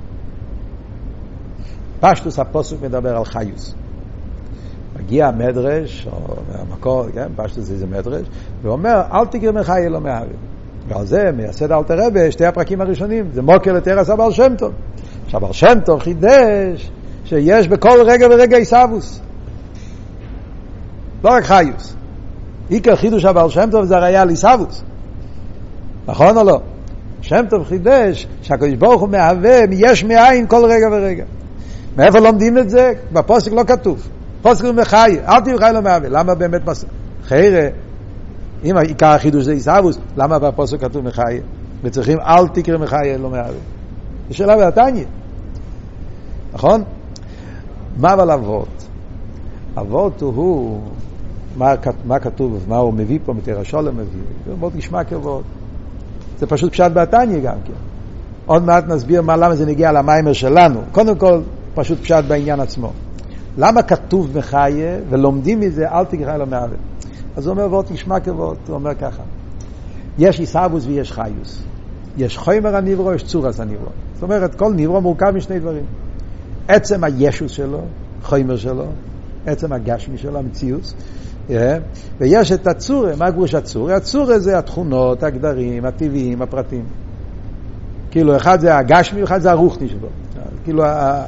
פשטוס הפסוק מדבר על חיוס, מגיע המדרש או המקור, כן? פשטוס זה מדרש ואומר אל תקרא מחיה אלא מהווה, ועל זה מייסד אלתר רבי שתי הפרקים הראשונים, זה מוקר לתרס הבעל שם טוב. עכשיו הבעל שם טוב חידש שיש בכל רגע ורגע איסאבוס, לא רק חיוס. עיקר חידוש הבעל שם טוב זה הראיה על איסאבוס, נכון או לא? שם טוב חידש שהקדוש ברוך הוא מהווה יש מאין כל רגע ורגע, מאיפה לומדים את זה? בפוסק לא כתוב. פוסק הוא מחי, אל תהיו חי לא מהווה. למה באמת חיירה, אם עיקר החידוש זה עיסאוווס, למה בפוסק כתוב מחי? וצריכים אל תקרא מחי לא מהווה. זו שאלה בהתניא. נכון? מה אבל אבות? אבות הוא, מה כתוב, מה הוא מביא פה, מתיר השולם מביא, זה מאוד נשמע כאבות. זה פשוט פשט בהתניא גם כן. עוד מעט נסביר למה זה נגיע למיימר שלנו. קודם כל, פשוט פשט בעניין עצמו. למה כתוב מחיה ולומדים מזה אל תקרא לו מהווה? אז הוא אומר אבות נשמע כאבות, הוא אומר ככה. יש עיסאוווס ויש חיוס. יש חומר הנברוא, יש צורס הנברוא. זאת אומרת, כל נברוא מורכב משני דברים. עצם הישוס שלו, חומר שלו, עצם הגשמי שלו, המציאוס, ויש את הצורה. מה גבוש הצורה? הצורה זה התכונות, הגדרים, הטבעיים, הפרטים. כאילו אחד זה הגשמי, אחד זה הרוחני שלו. כאילו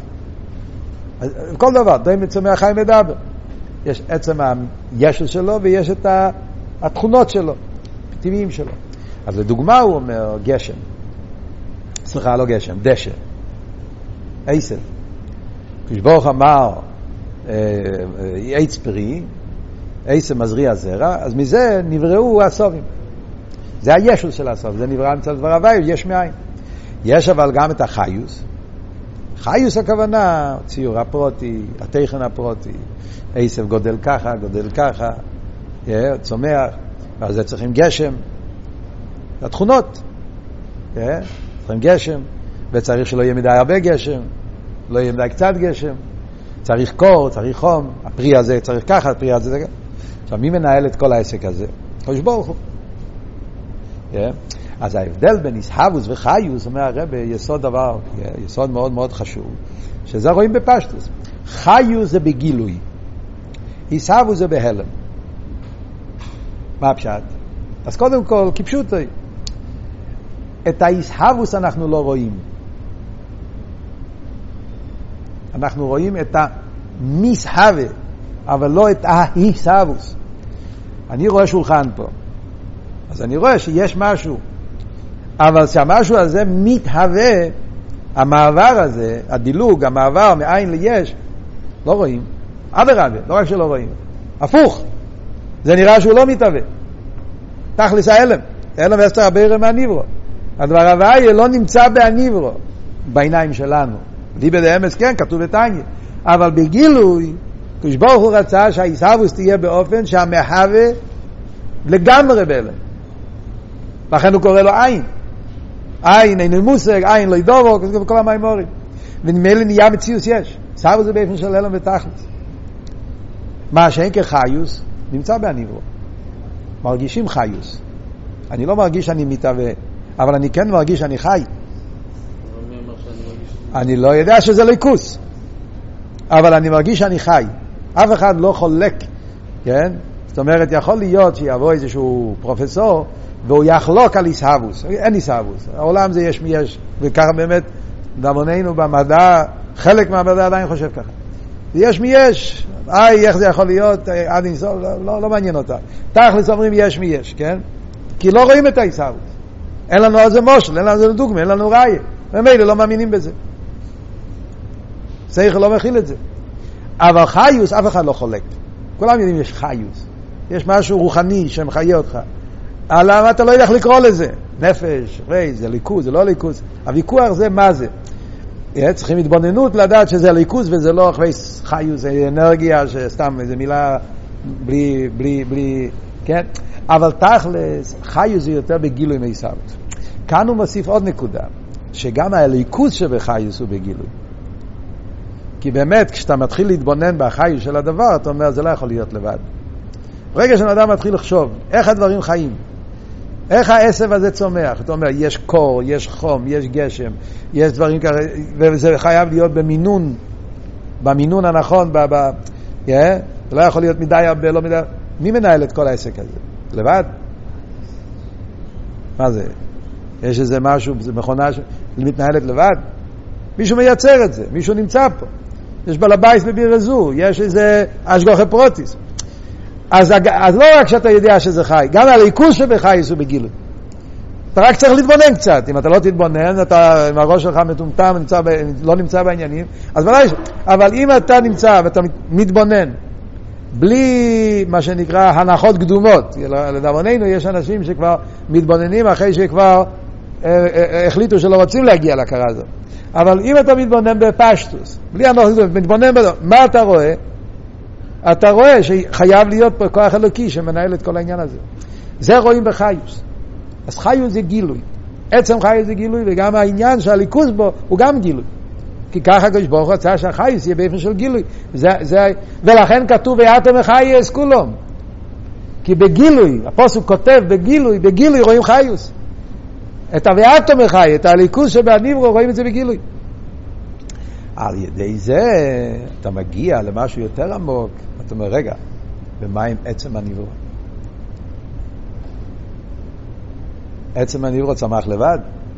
כל דבר, די מצומח חיים מדבר. יש עצם הישוס שלו ויש את התכונות שלו, הטבעיים שלו. אז לדוגמה הוא אומר גשם. סליחה, לא גשם, דשא. עשב. כשברוך אמר עץ פרי, עשב מזריע זרע, אז מזה נבראו הסובים. זה הישוס של הסוב, זה נברא מצד דבר הוואי, יש מאין. יש אבל גם את החיוס. חיוס הכוונה, ציור הפרוטי, התכן הפרוטי, עשב גודל ככה, צומח, ועל זה צריכים גשם. התכונות. צריכים גשם, וצריך שלא יהיה מדי הרבה גשם, לא יהיה מדי קצת גשם. צריך קור, צריך חום, הפרי הזה צריך ככה, הפרי הזה זה ככה. עכשיו, מי מנהל את כל העסק הזה? הקדוש ברוך הוא. אז ההבדל בין עיסאוווס וחיוס, אומר הרב, יסוד דבר, יסוד מאוד מאוד חשוב, שזה רואים בפשטוס. חיוס זה בגילוי, עיסאוווס זה בהלם. מה הפשט? אז קודם כל, כפשוטו, את העיסאוווס אנחנו לא רואים. אנחנו רואים את המסהווה, אבל לא את העיסאוווס. אני רואה שולחן פה, אז אני רואה שיש משהו, אבל שהמשהו הזה מתהווה, המעבר הזה, הדילוג, המעבר מאין ליש, לא רואים. אדרבה, לא רק שלא רואים, הפוך, זה נראה שהוא לא מתהווה. תכלס ההלם, ההלם אסתר הבאר מהניברו. הדבר הוואי לא נמצא בהניברו, בעיניים שלנו. דיבר דאמס כן, כתוב בתניא. אבל בגילוי, כשברוך הוא רצה שהעיסאוווס תהיה באופן שהמחווה לגמרי בהלם. לכן הוא קורא לו עין. עין, אין מושג, עין לא ידובו, כל המיימורים. ונמלא נהיה מציאוס יש. עיסאוווס זה באופן של הלם ותכלס. מה שאין כחיוס, נמצא בהניברו. מרגישים חיוס. אני לא מרגיש שאני מתהווה, אבל אני כן מרגיש שאני חי. אני לא יודע שזה ליכוס, אבל אני מרגיש שאני חי. אף אחד לא חולק, כן? זאת אומרת, יכול להיות שיבוא איזשהו פרופסור והוא יחלוק על עיסאוווס. אין עיסאוווס. העולם זה יש מי יש, וככה באמת דמוננו במדע, חלק מהמדע עדיין חושב ככה. יש מי יש. איך זה יכול להיות? עד אינסוף, לא מעניין אותה. תכלס אומרים יש מי יש, כן? כי לא רואים את העיסאוווס. אין לנו על זה מושל, אין לנו על זה דוגמה, אין לנו ראיה. ומילא לא מאמינים בזה. שכל לא מכיל את זה. אבל חיוס, אף אחד לא חולק. כולם יודעים יש חיוס. יש משהו רוחני שמחיה אותך. למה אתה לא יודע לקרוא לזה? נפש, רי, זה ליכוז, זה לא ליכוז. הוויכוח זה מה זה. צריכים התבוננות לדעת שזה ליכוז וזה לא חיוס, זה אנרגיה שסתם איזו מילה בלי, כן? אבל תכלס, חיוס זה יותר בגילוי מעיסאוווס. כאן הוא מוסיף עוד נקודה, שגם הליכוז שבחיוס הוא בגילוי. כי באמת, כשאתה מתחיל להתבונן בחיוס של הדבר, אתה אומר, זה לא יכול להיות לבד. ברגע שאדם מתחיל לחשוב, איך הדברים חיים? איך העשב הזה צומח? אתה אומר, יש קור, יש חום, יש גשם, יש דברים כאלה, וזה חייב להיות במינון הנכון, זה לא יכול להיות מדי הרבה, לא מדי. מי מנהל את כל העסק הזה? לבד? מה זה? יש איזה משהו, זה מכונה שמתנהלת לבד? מישהו מייצר את זה, מישהו נמצא פה. יש בעל הבית בבירזו, יש איזה השגחה פרוטיס. אז לא רק שאתה יודע שזה חי, גם הליכוז שבחי הוא בגילוי. אתה רק צריך להתבונן קצת. אם אתה לא תתבונן, אם הראש שלך מטומטם, לא נמצא בעניינים, אז ודאי. אבל אם אתה נמצא ואתה מתבונן, בלי מה שנקרא הנחות קדומות, לדברנו יש אנשים שכבר מתבוננים אחרי שכבר החליטו שלא רוצים להגיע להכרה הזאת. אבל אם אתה מתבונן בפשטוס, בלי הנחות קדומות, מתבונן בזה, מה אתה רואה? אתה רואה שחייב להיות פה כוח אלוקי שמנהל את כל העניין הזה. זה רואים בחיוס. אז חיוס זה גילוי. עצם חיוס זה גילוי, וגם העניין שהליכוז בו הוא גם גילוי. כי ככה הקדוש ברוך הוא רצה שהחיוס יהיה באופן של גילוי. ולכן כתוב ויאתם מחייס כולם. כי בגילוי, הפסוק כותב בגילוי רואים חיוס. את הוויאתם מחייס, את הליכוז שבנברו רואים את זה בגילוי. על ידי זה אתה מגיע למשהו יותר עמוק. אתה אומר, רגע, ומה עם עצם הנברוא? עצם הנברוא צמח לבד?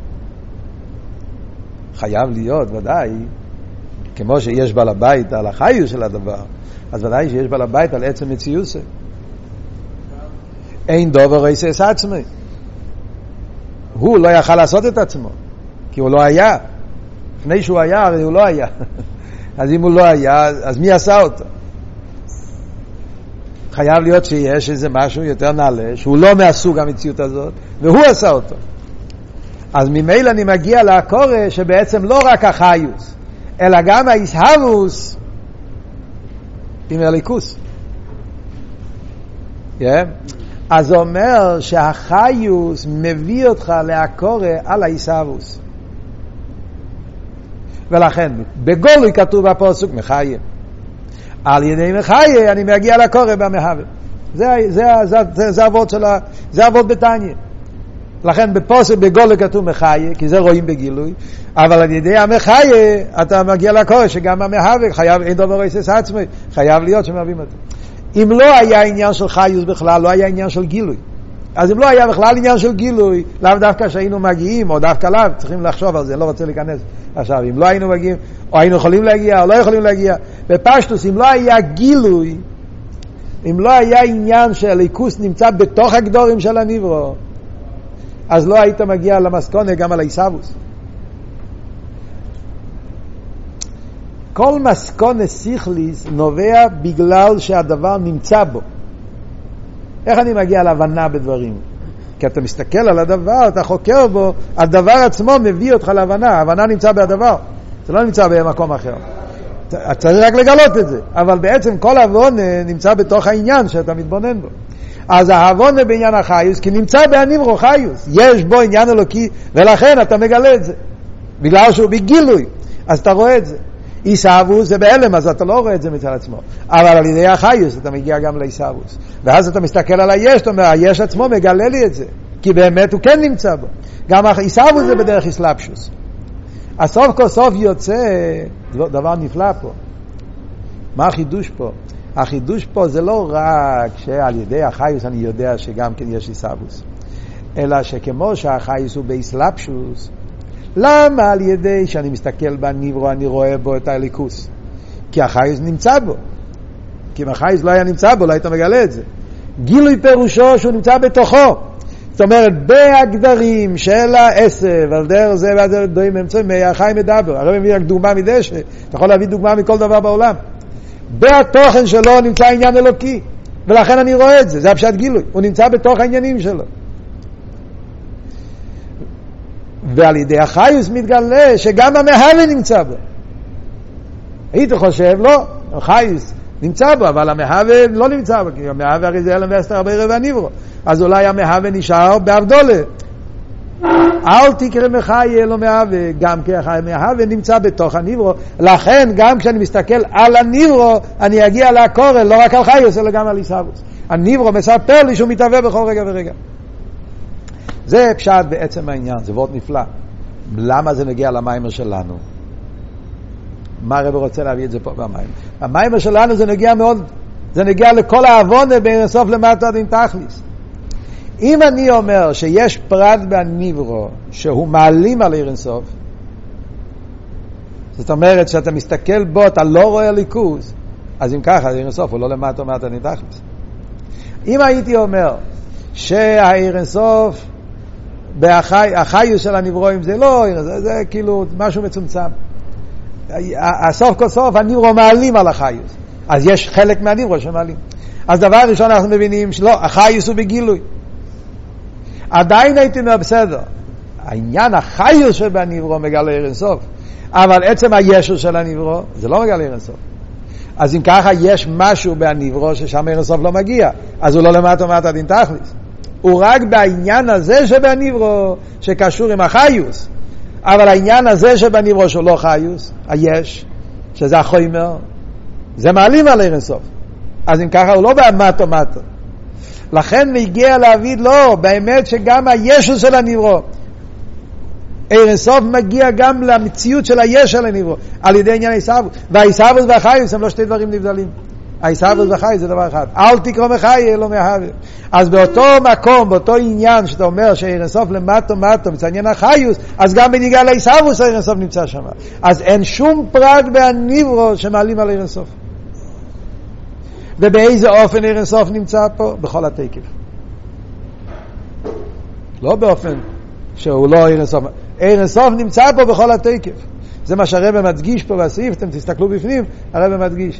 חייב להיות, ודאי, כמו שיש בעל הבית על החיוס של הדבר, אז ודאי שיש בעל הבית על עצם מציוסה. אין דובר עושה את עצמי. הוא לא יכל לעשות את עצמו, כי הוא לא היה. לפני שהוא היה, הרי הוא לא היה. אז אם הוא לא היה, אז מי עשה אותו? חייב להיות שיש איזה משהו יותר נעלה, שהוא לא מהסוג המציאות הזאת, והוא עשה אותו. אז ממילא אני מגיע לקורא שבעצם לא רק החיוס, אלא גם ההסהבוס עם הליכוס. אז זה אומר שהחיוס מביא אותך לקורא על ההסהבוס. ולכן בגולוי כתוב בפסוק מחיה. על ידי מחיה אני מגיע לקורא במהווה. זה עבוד שלה, זה עבוד בתניא. לכן בפוסק בגולוי כתוב מחיה, כי זה רואים בגילוי, אבל על ידי המחיה אתה מגיע לקורא שגם המהווה חייב, אין דבר עושה עצמי, חייב להיות שמביאים אותו. אם לא היה עניין של חיוס בכלל, לא היה עניין של גילוי. אז אם לא היה בכלל עניין של גילוי, לאו דווקא שהיינו מגיעים, או דווקא לאו, צריכים לחשוב על זה, לא רוצה להיכנס עכשיו. אם לא היינו מגיעים, או היינו יכולים להגיע, או לא יכולים להגיע. בפשטוס, אם לא היה גילוי, אם לא היה עניין שהליכוס נמצא בתוך הגדורים של הנברוא, אז לא היית מגיע למסקונה גם על הישבוס. כל מסקונה שכליס נובע בגלל שהדבר נמצא בו. איך אני מגיע להבנה בדברים? כי אתה מסתכל על הדבר, אתה חוקר בו, הדבר עצמו מביא אותך להבנה, ההבנה נמצא בדבר, זה לא נמצא במקום אחר. אתה צריך רק לגלות את זה, אבל בעצם כל הבונה נמצא בתוך העניין שאתה מתבונן בו. אז ההבונה בעניין החיוס, כי נמצא בהנברוא חיוס, יש בו עניין אלוקי, ולכן אתה מגלה את זה, בגלל שהוא בגילוי, אז אתה רואה את זה. איסאבוס זה באלם, אז אתה לא רואה את זה מצד עצמו. אבל על ידי החיוס אתה מגיע גם לאיסאבוס. ואז אתה מסתכל על היש, אתה אומר, היש עצמו מגלה לי את זה. כי באמת הוא כן נמצא בו. גם איסאבוס זה בדרך איסלאפשוס. הסוף כל סוף יוצא, דבר נפלא פה. מה החידוש פה? החידוש פה זה לא רק שעל ידי החיוס אני יודע שגם כן יש איסאבוס. אלא שכמו שהחיוס הוא באיסלאפשוס, למה על ידי שאני מסתכל בנברוא אני רואה בו את הליכוס? כי החייס נמצא בו. כי אם החייס לא היה נמצא בו, לא היית מגלה את זה. גילוי פירושו שהוא נמצא בתוכו. זאת אומרת, בהגדרים של העשב, על דרך זה ועל דרך דויים אמצעים, מהחי מדבר. הרי מביא רק דוגמה מדשא. אתה יכול להביא דוגמה מכל דבר בעולם. בתוכן שלו נמצא עניין אלוקי. ולכן אני רואה את זה. זה הפשט גילוי. הוא נמצא בתוך העניינים שלו. ועל ידי החיוס מתגלה שגם המהווה נמצא בו. היית חושב, לא, החיוס נמצא בו, אבל המהווה לא נמצא בו, כי המהווה הרי זה אלם ואסתר הרבה רבע נברוא. אז אולי המהווה נשאר בהבדולה. אל תקרא מחיה לא מהווה, גם כי המהווה נמצא בתוך הנברוא. לכן גם כשאני מסתכל על הנברוא, אני אגיע לקורא, לא רק על חיוס, אלא גם על איסאבוס. הנברוא מספר לי שהוא מתהווה בכל רגע ורגע. זה פשט בעצם העניין, זה וורט נפלא. למה זה נגיע למיימר שלנו? מה הרב רוצה להביא את זה פה במיימר? המיימר שלנו זה נגיע מאוד, זה נגיע לכל העוונה בין הסוף למטה עד עם תכליס. אם אני אומר שיש פרט בנברוא שהוא מעלים על עיר אינסוף, זאת אומרת שאתה מסתכל בו, אתה לא רואה ליכוז, אז אם ככה, עיר אינסוף הוא לא למטה ומטה עד עם תכליס. אם הייתי אומר שהעיר אינסוף החיוס של הנברואים זה לא, זה כאילו משהו מצומצם. הסוף כל סוף הנברו מעלים על החיוס, אז יש חלק מהנברו שמעלים. אז דבר ראשון אנחנו מבינים שלא, החיוס הוא בגילוי. עדיין הייתי אומר בסדר, העניין החיוס שבנברו מגלה עיר אינסוף, אבל עצם הישו של הנברו זה לא מגלה עיר אינסוף. אז אם ככה יש משהו בנברו ששם עיר אינסוף לא מגיע, אז הוא לא למטה ומטה דין תכלס, הוא רק בעניין הזה שבנברו שקשור עם החיוס. אבל העניין הזה שבנברו שהוא לא חיוס, היש, שזה החומר, זה מעלים על עיר אינסוף. אז אם ככה הוא לא במטה ומטה, לכן מגיע להגיד לא, באמת שגם הישו של הנברו עיר אינסוף מגיע גם למציאות של היש של הנברו על ידי עניין הישאבוס. והישאבוס והחיוס הם לא שתי דברים נבדלים. הישאבוס והחיוס זה דבר אחד. אל תקרא מחיה אלא מההווה. אז באותו מקום, באותו עניין שאתה אומר שעיר אינסוף למטה מטה מצד עניין החיוס, אז גם בניגע לישאבוס עיר אינסוף נמצא שם. אז אין שום פרט בנברו שמעלים על עיר אינסוף. ובאיזה אופן עיר אינסוף נמצא פה? בכל התקף. לא באופן שהוא לא עיר אינסוף. עיר אינסוף נמצא פה בכל התקף. זה מה שהרבא מדגיש פה בסעיף, אתם תסתכלו בפנים, הרבא מדגיש.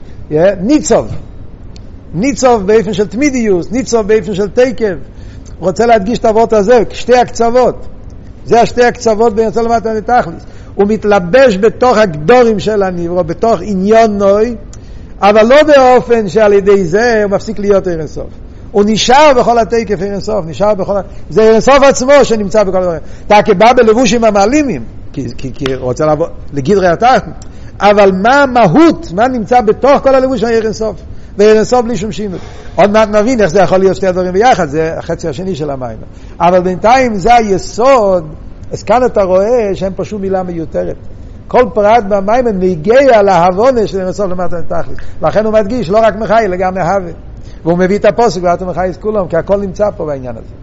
ניצוב באופן של תמידיוס, ניצוב באופן של תקף. רוצה להדגיש את העבוד הזה, שתי הקצוות. זה השתי הקצוות בין יוצא למטה לתכלס. הוא מתלבש בתוך הגדורים של הנברו, בתוך עניון נוי, אבל לא באופן שעל ידי זה הוא מפסיק להיות עיר אינסוף. הוא נשאר בכל התקף עיר אינסוף, נשאר בכל... זה עיר אינסוף עצמו שנמצא בכל הדברים. אתה כבא בלבושים המעלימים, כי רוצה לעבור לגדרי התחת, אבל מה המהות, מה נמצא בתוך כל הלבוש של עיר אינסוף? ועיר אינסוף בלי שום שינוי. עוד מעט נבין איך זה יכול להיות שתי הדברים ביחד, זה החצי השני של המים. אבל בינתיים זה היסוד, אז כאן אתה רואה שהם פשוט מילה מיותרת. כל פרט במים מגיע להבונה של עיר אינסוף למטה לתכלס. לכן הוא מדגיש, לא רק מחי, אלא גם מהווה. והוא מביא את הפוסק, ואתה מחייס כולם, כי הכל נמצא פה בעניין הזה.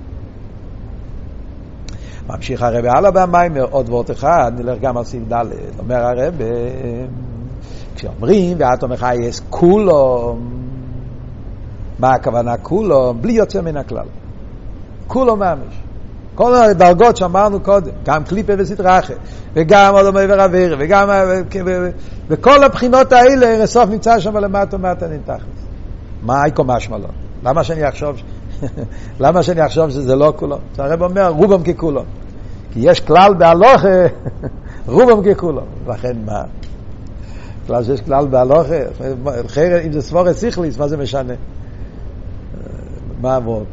ממשיך הרב הלאה במיימר, עוד וורט אחד, נלך גם על סעיף ד', אומר הרב, כשאומרים, ואתה מחייס כולם, מה הכוונה כולם? בלי יוצא מן הכלל. כולם ממש. כל הדרגות שאמרנו קודם, גם קליפה וסטרחה, וגם עוד עומר ורבר, וגם, וכל הבחינות האלה, בסוף נמצא שם למטה ומטה נתחת. מה אייקו משמע לו? למה שאני אחשוב שזה לא כולו? הרב אומר רובם ככולו, כי יש כלל בהלוכה רובם ככולו. לכן מה? כלל שיש כלל בהלוכה, אם זה סבורת סיכליס, מה זה משנה? מה עבוד?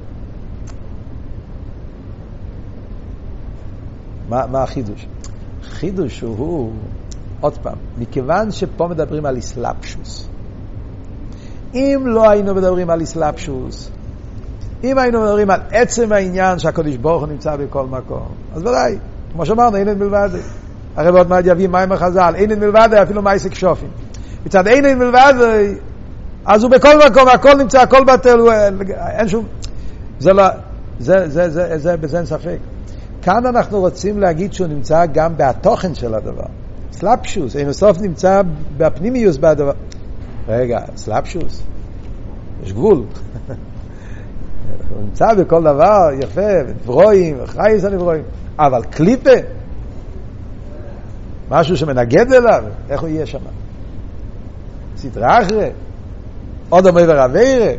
מה החידוש? חידוש הוא עוד פעם, מכיוון שפה מדברים על איסלאפשוס, אם לא היינו מדברים על איסלאפשוס, אם היינו מדברים על עצם העניין שהקדוש ברוך הוא נמצא בכל מקום, אז ודאי, כמו שאמרנו, אין מלבד. הרי עוד מעט יביא מים החז"ל, אין מלבד, אפילו מייסק שופים. מצד אין מלבד, אז הוא בכל מקום, הכל נמצא, הכל בטל, אין שום, זה לא, זה בזה אין ספק. כאן אנחנו רוצים להגיד שהוא נמצא גם בתוכן של הדבר. סלאפשוס, אין סוף נמצא בפנימיוס בדבר. רגע, סלאפשוס, יש גבול. הוא נמצא בכל דבר יפה, נברואים, חייס הנברואים, אבל קליפה, משהו שמנגד אליו, איך הוא יהיה שם? סטרה אחרי, עוד עומי ורעבירה,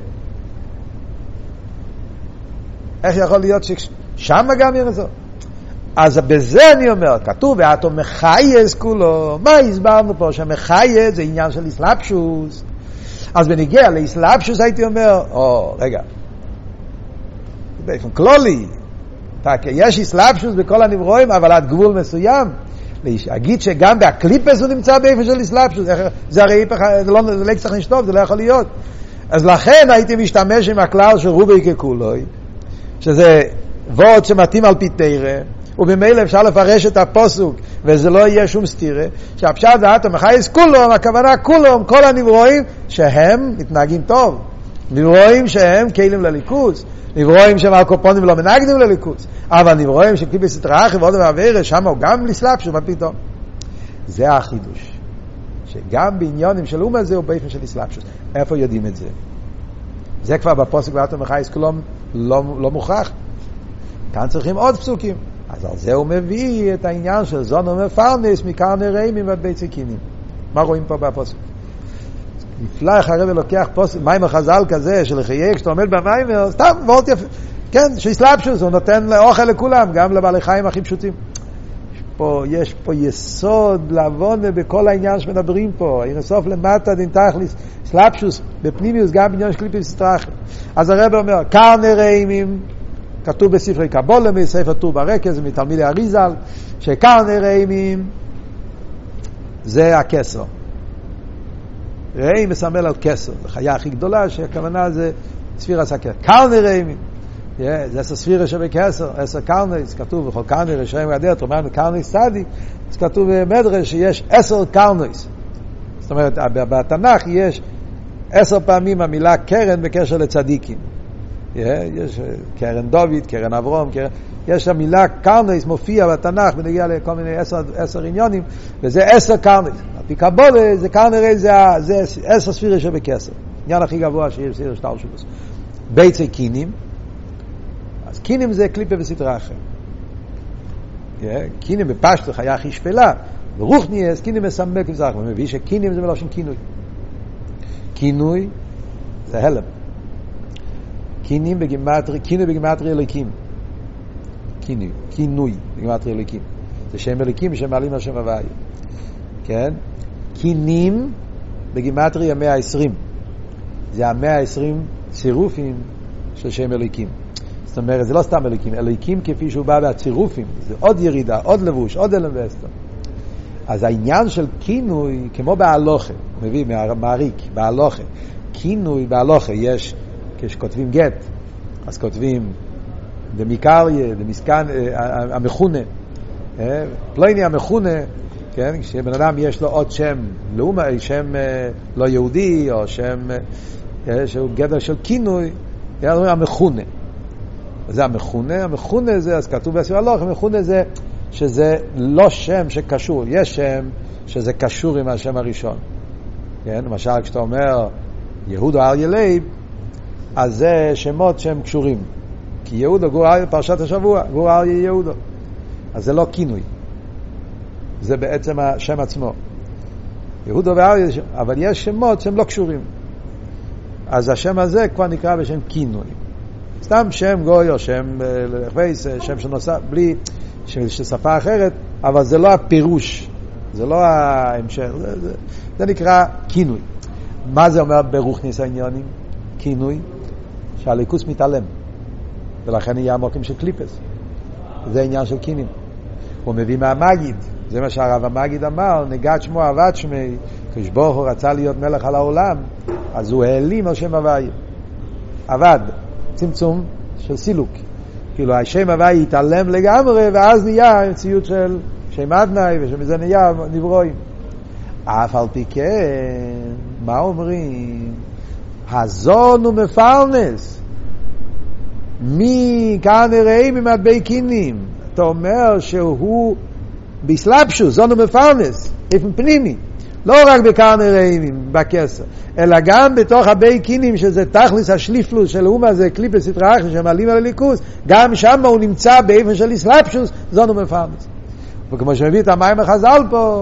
איך יכול להיות ששם גם ירצו? אז בזה אני אומר, כתוב, ואתו מחייס כולו, מה הסברנו פה? שמחייס זה עניין של איסלאפשוס. אז בניגיע לאיסלאפשוס הייתי אומר, רגע, באופן כללי, יש איסלאפשוס בכל הנברואים, אבל עד גבול מסוים, להגיד שגם בהקליפס הוא נמצא באופן של איסלאפשוס, זה הרי זה לא צריך לשתוף, זה לא יכול להיות. אז לכן הייתי משתמש עם הכלל של רובי ככולוי, שזה וורד שמתאים על פי תירה, ובמילא אפשר לפרש את הפוסוק, וזה לא יהיה שום סתירה, שהפשט ואתה מחייס כולם, הכוונה כולם, כל הנברואים שהם מתנהגים טוב, נברואים שהם כלים לליכוס, נברואים שהם הקופונים לא מנגדים לליכוס, אבל נברואים שכלי בסתרה אחרי ועוד ועברת, שם הוא גם לסלאפשוס, מה פתאום? זה החידוש, שגם בעניונים של אומה זה הוא באופן של לסלאפשוס. איפה יודעים את זה? זה כבר בפוסק ואתה מחייס כולם לא מוכרח. כאן צריכים עוד פסוקים. אז על זה הוא מביא את העניין של זונו מפרנס מקרני רעימים ועד ביצי קינים. מה רואים פה בפוסק? נפלא איך הרב לוקח פוסק, מיימר חז"ל כזה של חייך, שאתה עומד במיימר, סתם, ועוד יפה, כן, שיסלבשוס, הוא נותן אוכל לכולם, גם לבעלי חיים הכי פשוטים. יש פה יסוד לעבוד בכל העניין שמדברים פה, הנה סוף למטה דין תכליס, סלבשוס, בפנימיוס גם בעניין של קליפים סטרחים. אז הרב אומר, קרני רעימים, כתוב בספרי קבולה, מספר טור ברקס, מתלמידי אריזל, שקרני רעימים זה הכסר. רעים מסמל על כסר, זו חיה הכי גדולה שהכוונה זה ספירה סקר. קרני רעימים, זה ספירה שבכסר, 10 קרניס, כתוב בכל קרני רשעים גדרת, אומרים קרני סטדי, אז כתוב במדרש שיש 10 קרניס. זאת אומרת, בתנ"ך יש 10 פעמים המילה קרן בקשר לצדיקים. יש קרן דוד, קרן אברום, יש המילה קרניס מופיע בתנ"ך ונגיע לכל מיני 10 עניונים, וזה 10 קרניס. על פי קבולה זה קרני זה 10 ספירה שבכסר. עניין הכי גבוה שיש ספירה שטר שבוס. ביצי קינים, אז קינים זה קליפה וסתרה אחר. קינים בפשטו חיה הכי שפלה, ורוחניאס קינים מסמל כבזרח, ומביא שקינים זה מלושן כינוי. כינוי זה הלם. כינוי בגימטרי אליקים. כינוי בגימטרי אליקים. זה שם אליקים שמעלים על שם הוואי. כן? קינים בגימטרי 120. זה 120 צירופים של שם אליקים. זאת אומרת, זה לא סתם אליקים, אליקים כפי שהוא בא מהצירופים. זה עוד ירידה, עוד לבוש, עוד אלם ואסתר. אז העניין של כינוי, כמו בהלוכה, הוא מביא מהמעריק, בהלוכה. כינוי בהלוכה יש, כשכותבים גט, אז כותבים דמיקריה, דמיסקן, המכונה, פלייני המכונה, כן? כשבן אדם יש לו עוד שם לאומה, שם לא יהודי, או שם שהוא גדר של כינוי, המכונה. זה המכונה זה, אז כתוב בספר הלוכה, המכונה זה שזה לא שם שקשור, יש שם שזה קשור עם השם הראשון. כן? למשל, כשאתה אומר יהודו אריה לייב, אז זה שמות שהם קשורים. כי יהודו, גור אריה, פרשת השבוע, גור אריה יהודו. אז זה לא כינוי. זה בעצם השם עצמו. יהודו ואריה, אבל יש שמות שהם לא קשורים. אז השם הזה כבר נקרא בשם כינוי. סתם שם גוי או שם לחוויס, שם שנוסף, בלי ששפה אחרת, אבל זה לא הפירוש. זה לא ההמשך. זה נקרא כינוי. מה זה אומר ברוחניס העניונים? כינוי שהליכוס מתעלם, ולכן יהיה המוקים של קליפס. זה עניין של קינים. הוא מביא מהמגיד, זה מה שהרב המגיד אמר, נגד שמו עבד שמי, כשברוך הוא רצה להיות מלך על העולם, אז הוא העלים על שם הוואי. עבד, צמצום של סילוק. כאילו השם הוואי התעלם לגמרי, ואז נהיה ציוד של שם אדנאי, ושמזה נהיה נברואים. אף על פי כן, מה אומרים? הזון הוא מפרנס. מי כאן הראים עם הדבי קינים? אתה אומר שהוא בסלבשוס, זון הוא מפרנס, איפן פנימי. לא רק בכאן הראים, בכסר, אלא גם בתוך הדבי קינים, שזה תכליס השליפלוס של אומה, זה קליפס יתרח, שמעלים על הליכוס, גם שם הוא נמצא באיפן של סלבשוס, זון הוא מפרנס. וכמו שמביא את המים החז"ל פה,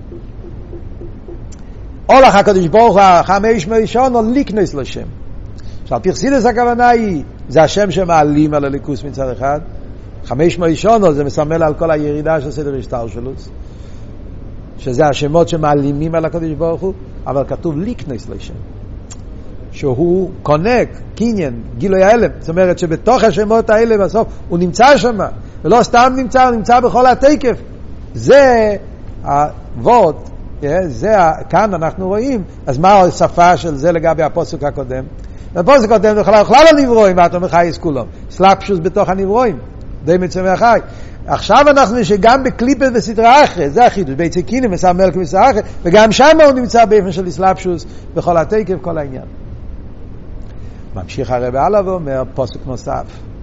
הולך הקדוש ברוך הוא החמש מראשון או ליקנס לשם. עכשיו פרסידס הכוונה היא, זה השם שמעלים על הליכוס מצד אחד, 5 מראשון זה מסמל על כל הירידה של סדר השטר שלו, שזה השמות שמעלימים על הקדוש ברוך הוא, אבל כתוב ליקנס לשם, שהוא קונק, קניין, גילוי האלם. זאת אומרת שבתוך השמות האלה בסוף הוא נמצא שם, ולא סתם נמצא, הוא נמצא בכל התקף. זה הוות, זה כאן אנחנו רואים. אז מה השפה של זה לגבי הפוסק הקודם? הפוסק הקודם בכלל לא נברואים, ואתה אומר חייס כולם, סלאפשוס בתוך הנברואים, די מצמח חי. עכשיו אנחנו שגם בקליפת וסתרה אחרת, זה החידוש, ביצי קינים מסמל כמסתרה אחרת, וגם שם הוא נמצא באופן של סלאפשוס בכל התקף, כל העניין. ממשיך הרב הלאה ואומר פוסק נוסף,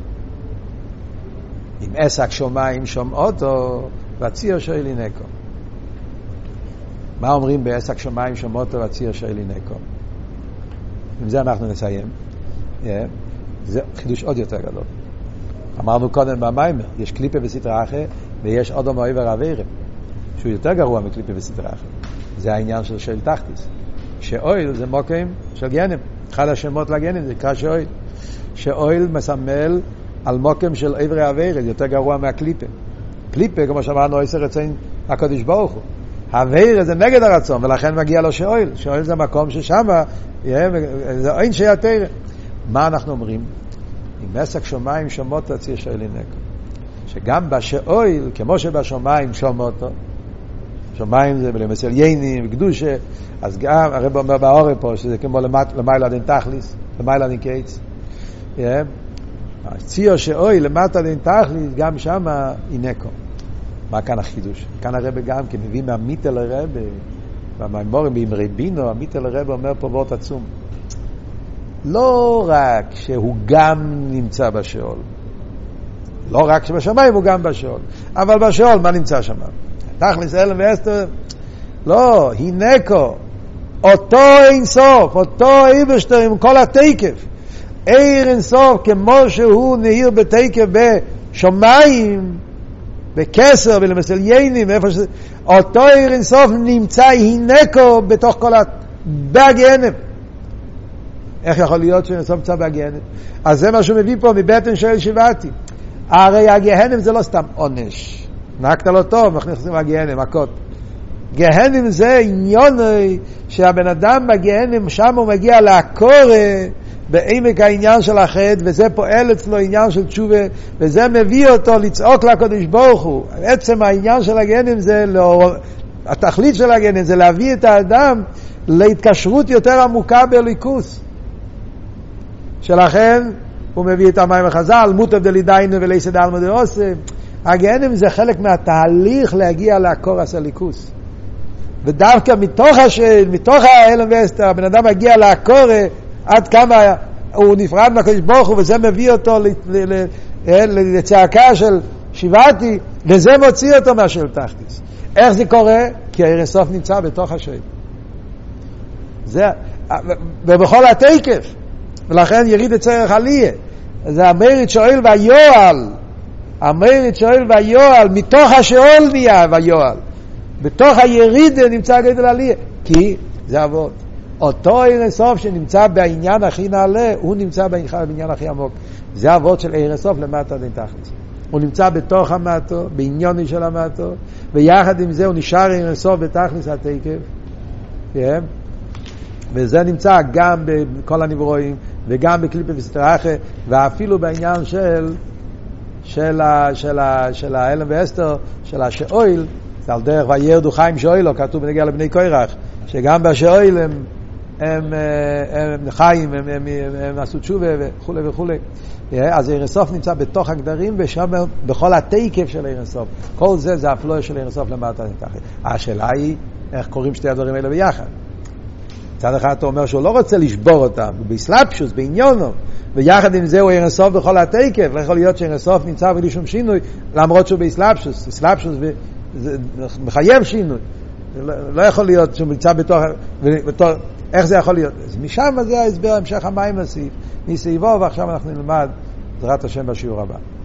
אם עסק שומעים שומעות או והציר שואלי נקו. מה אומרים בעסק שומעים שומעות או והציר שואלי נקו? עם זה אנחנו נסיים. זה חידוש עוד יותר גדול. אמרנו קודם במיימר, יש קליפה וסטרא אחר, ויש אדום עבר אבירם, שהוא יותר גרוע מקליפה וסטרא אחר. זה העניין של שאול תחתיס. שאויל זה מוקם של גנם. אחד השמות לגנם זה נקרא שאויל. שאויל מסמל על מוקם של עבר אבירם, יותר גרוע מהקליפה. קליפה, כמו שאמרנו, עשר רצון הקדוש ברוך הוא. האוויר זה נגד הרצון, ולכן מגיע לו שאויל. שאויל זה מקום ששם, זה אין שיתר. מה אנחנו אומרים? עם עסק שמיים שומות תציר שאויל נקו. שגם בשאויל, כמו שבשמיים שומותו, שמיים זה למסל יינים וקדושה, אז גם הרב אומר באורם פה, שזה כמו למעלה דין תכליס, למעלה דין קיץ. ציור שאויל למטה דין תכליס, גם שם אינקו. מה כאן החידוש? כאן הרב גם כן מביא מהמיטל הרב, במיימורים באמרי בינו, המיטל הרב אומר פה וורט עצום. לא רק שהוא גם נמצא בשאול, לא רק שבשמיים הוא גם בשאול, אבל בשאול מה נמצא שם? תכלס אלם ואסתר, לא, הינקו, אותו אינסוף, אותו איברשטר עם כל התקף, איר אינסוף כמו שהוא נהיר בתקף בשמיים, בקסר ולמסל יינים, אותו איר אינסוף נמצא הינקו בתוך כל בהגיהנם. איך יכול להיות שאינסוף נמצא בהגיהנם? אז זה מה שהוא מביא פה מבטן שואל שבעתי. הרי הגיהנם זה לא סתם עונש. נהגת לו טוב, נכנסים להגיהנם, מכות. גיהנם זה עניון שהבן אדם בגיהנם, שם הוא מגיע לעקור בעמק העניין של החטא, וזה פועל אצלו עניין של תשובה, וזה מביא אותו לצעוק לקדוש ברוך הוא. עצם העניין של הגיהנם זה, התכלית של הגיהנם זה להביא את האדם להתקשרות יותר עמוקה באלוקות. שלכן הוא מביא את המים החז"ל, מוטב דלידיינו ולייסד אלמו דעושה. הגיהנם זה חלק מהתהליך להגיע לקורס הליכוס. ודווקא מתוך האלם ואסתר, הבן אדם מגיע לקורא עד כמה הוא נפרד מהקדוש ברוך הוא, וזה מביא אותו לצעקה של שבעתי, וזה מוציא אותו מהשאול תחתיס. איך זה קורה? כי העיר הסוף נמצא בתוך השאול. ובכל התקף. ולכן יריד את צורך עליה. זה המרד שואל והיועל. המרד שואל והיועל, מתוך השאול נהיה והיועל. בתוך היריד נמצא גדל עליה. כי זה עבוד. אותו עיר הסוף שנמצא בעניין הכי נעלה, הוא נמצא בעניין הכי עמוק. זה עבוד של עיר הסוף למטה דין תכלס. הוא נמצא בתוך המטו, בעניוני של המטו, ויחד עם זה הוא נשאר עיר הסוף בתכלס התקף. וזה נמצא גם בכל הנברואים, וגם בקליפה וסטרא אחר, ואפילו בעניין של האלם ואסתר, של השאויל, זה על דרך וירדו חיים שאוילו, כתוב בנגיע לבני קורח, שגם בשאויל הם חיים, הם עשו תשובה וכו' וכו'. אז עיר הסוף נמצא בתוך הגדרים, ושם בכל התקף של עיר הסוף. כל זה זה הפלואה של עיר הסוף למטה. השאלה היא, איך קוראים שתי הדברים האלה ביחד? צד אחד אתה אומר שהוא לא רוצה לשבור אותם, הוא באסלאפשוס, בעניונו, ויחד עם זה הוא עיר הסוף בכל התקף. לא יכול להיות שעיר הסוף נמצא בלי שום שינוי, למרות שהוא באסלאפשוס. אסלאפשוס מחייב שינוי. לא יכול להיות שהוא נמצא בתוך, איך זה יכול להיות? אז משם זה ההסבר, המשך המים מסעיבו, ועכשיו אנחנו נלמד בעזרת השם בשיעור הבא.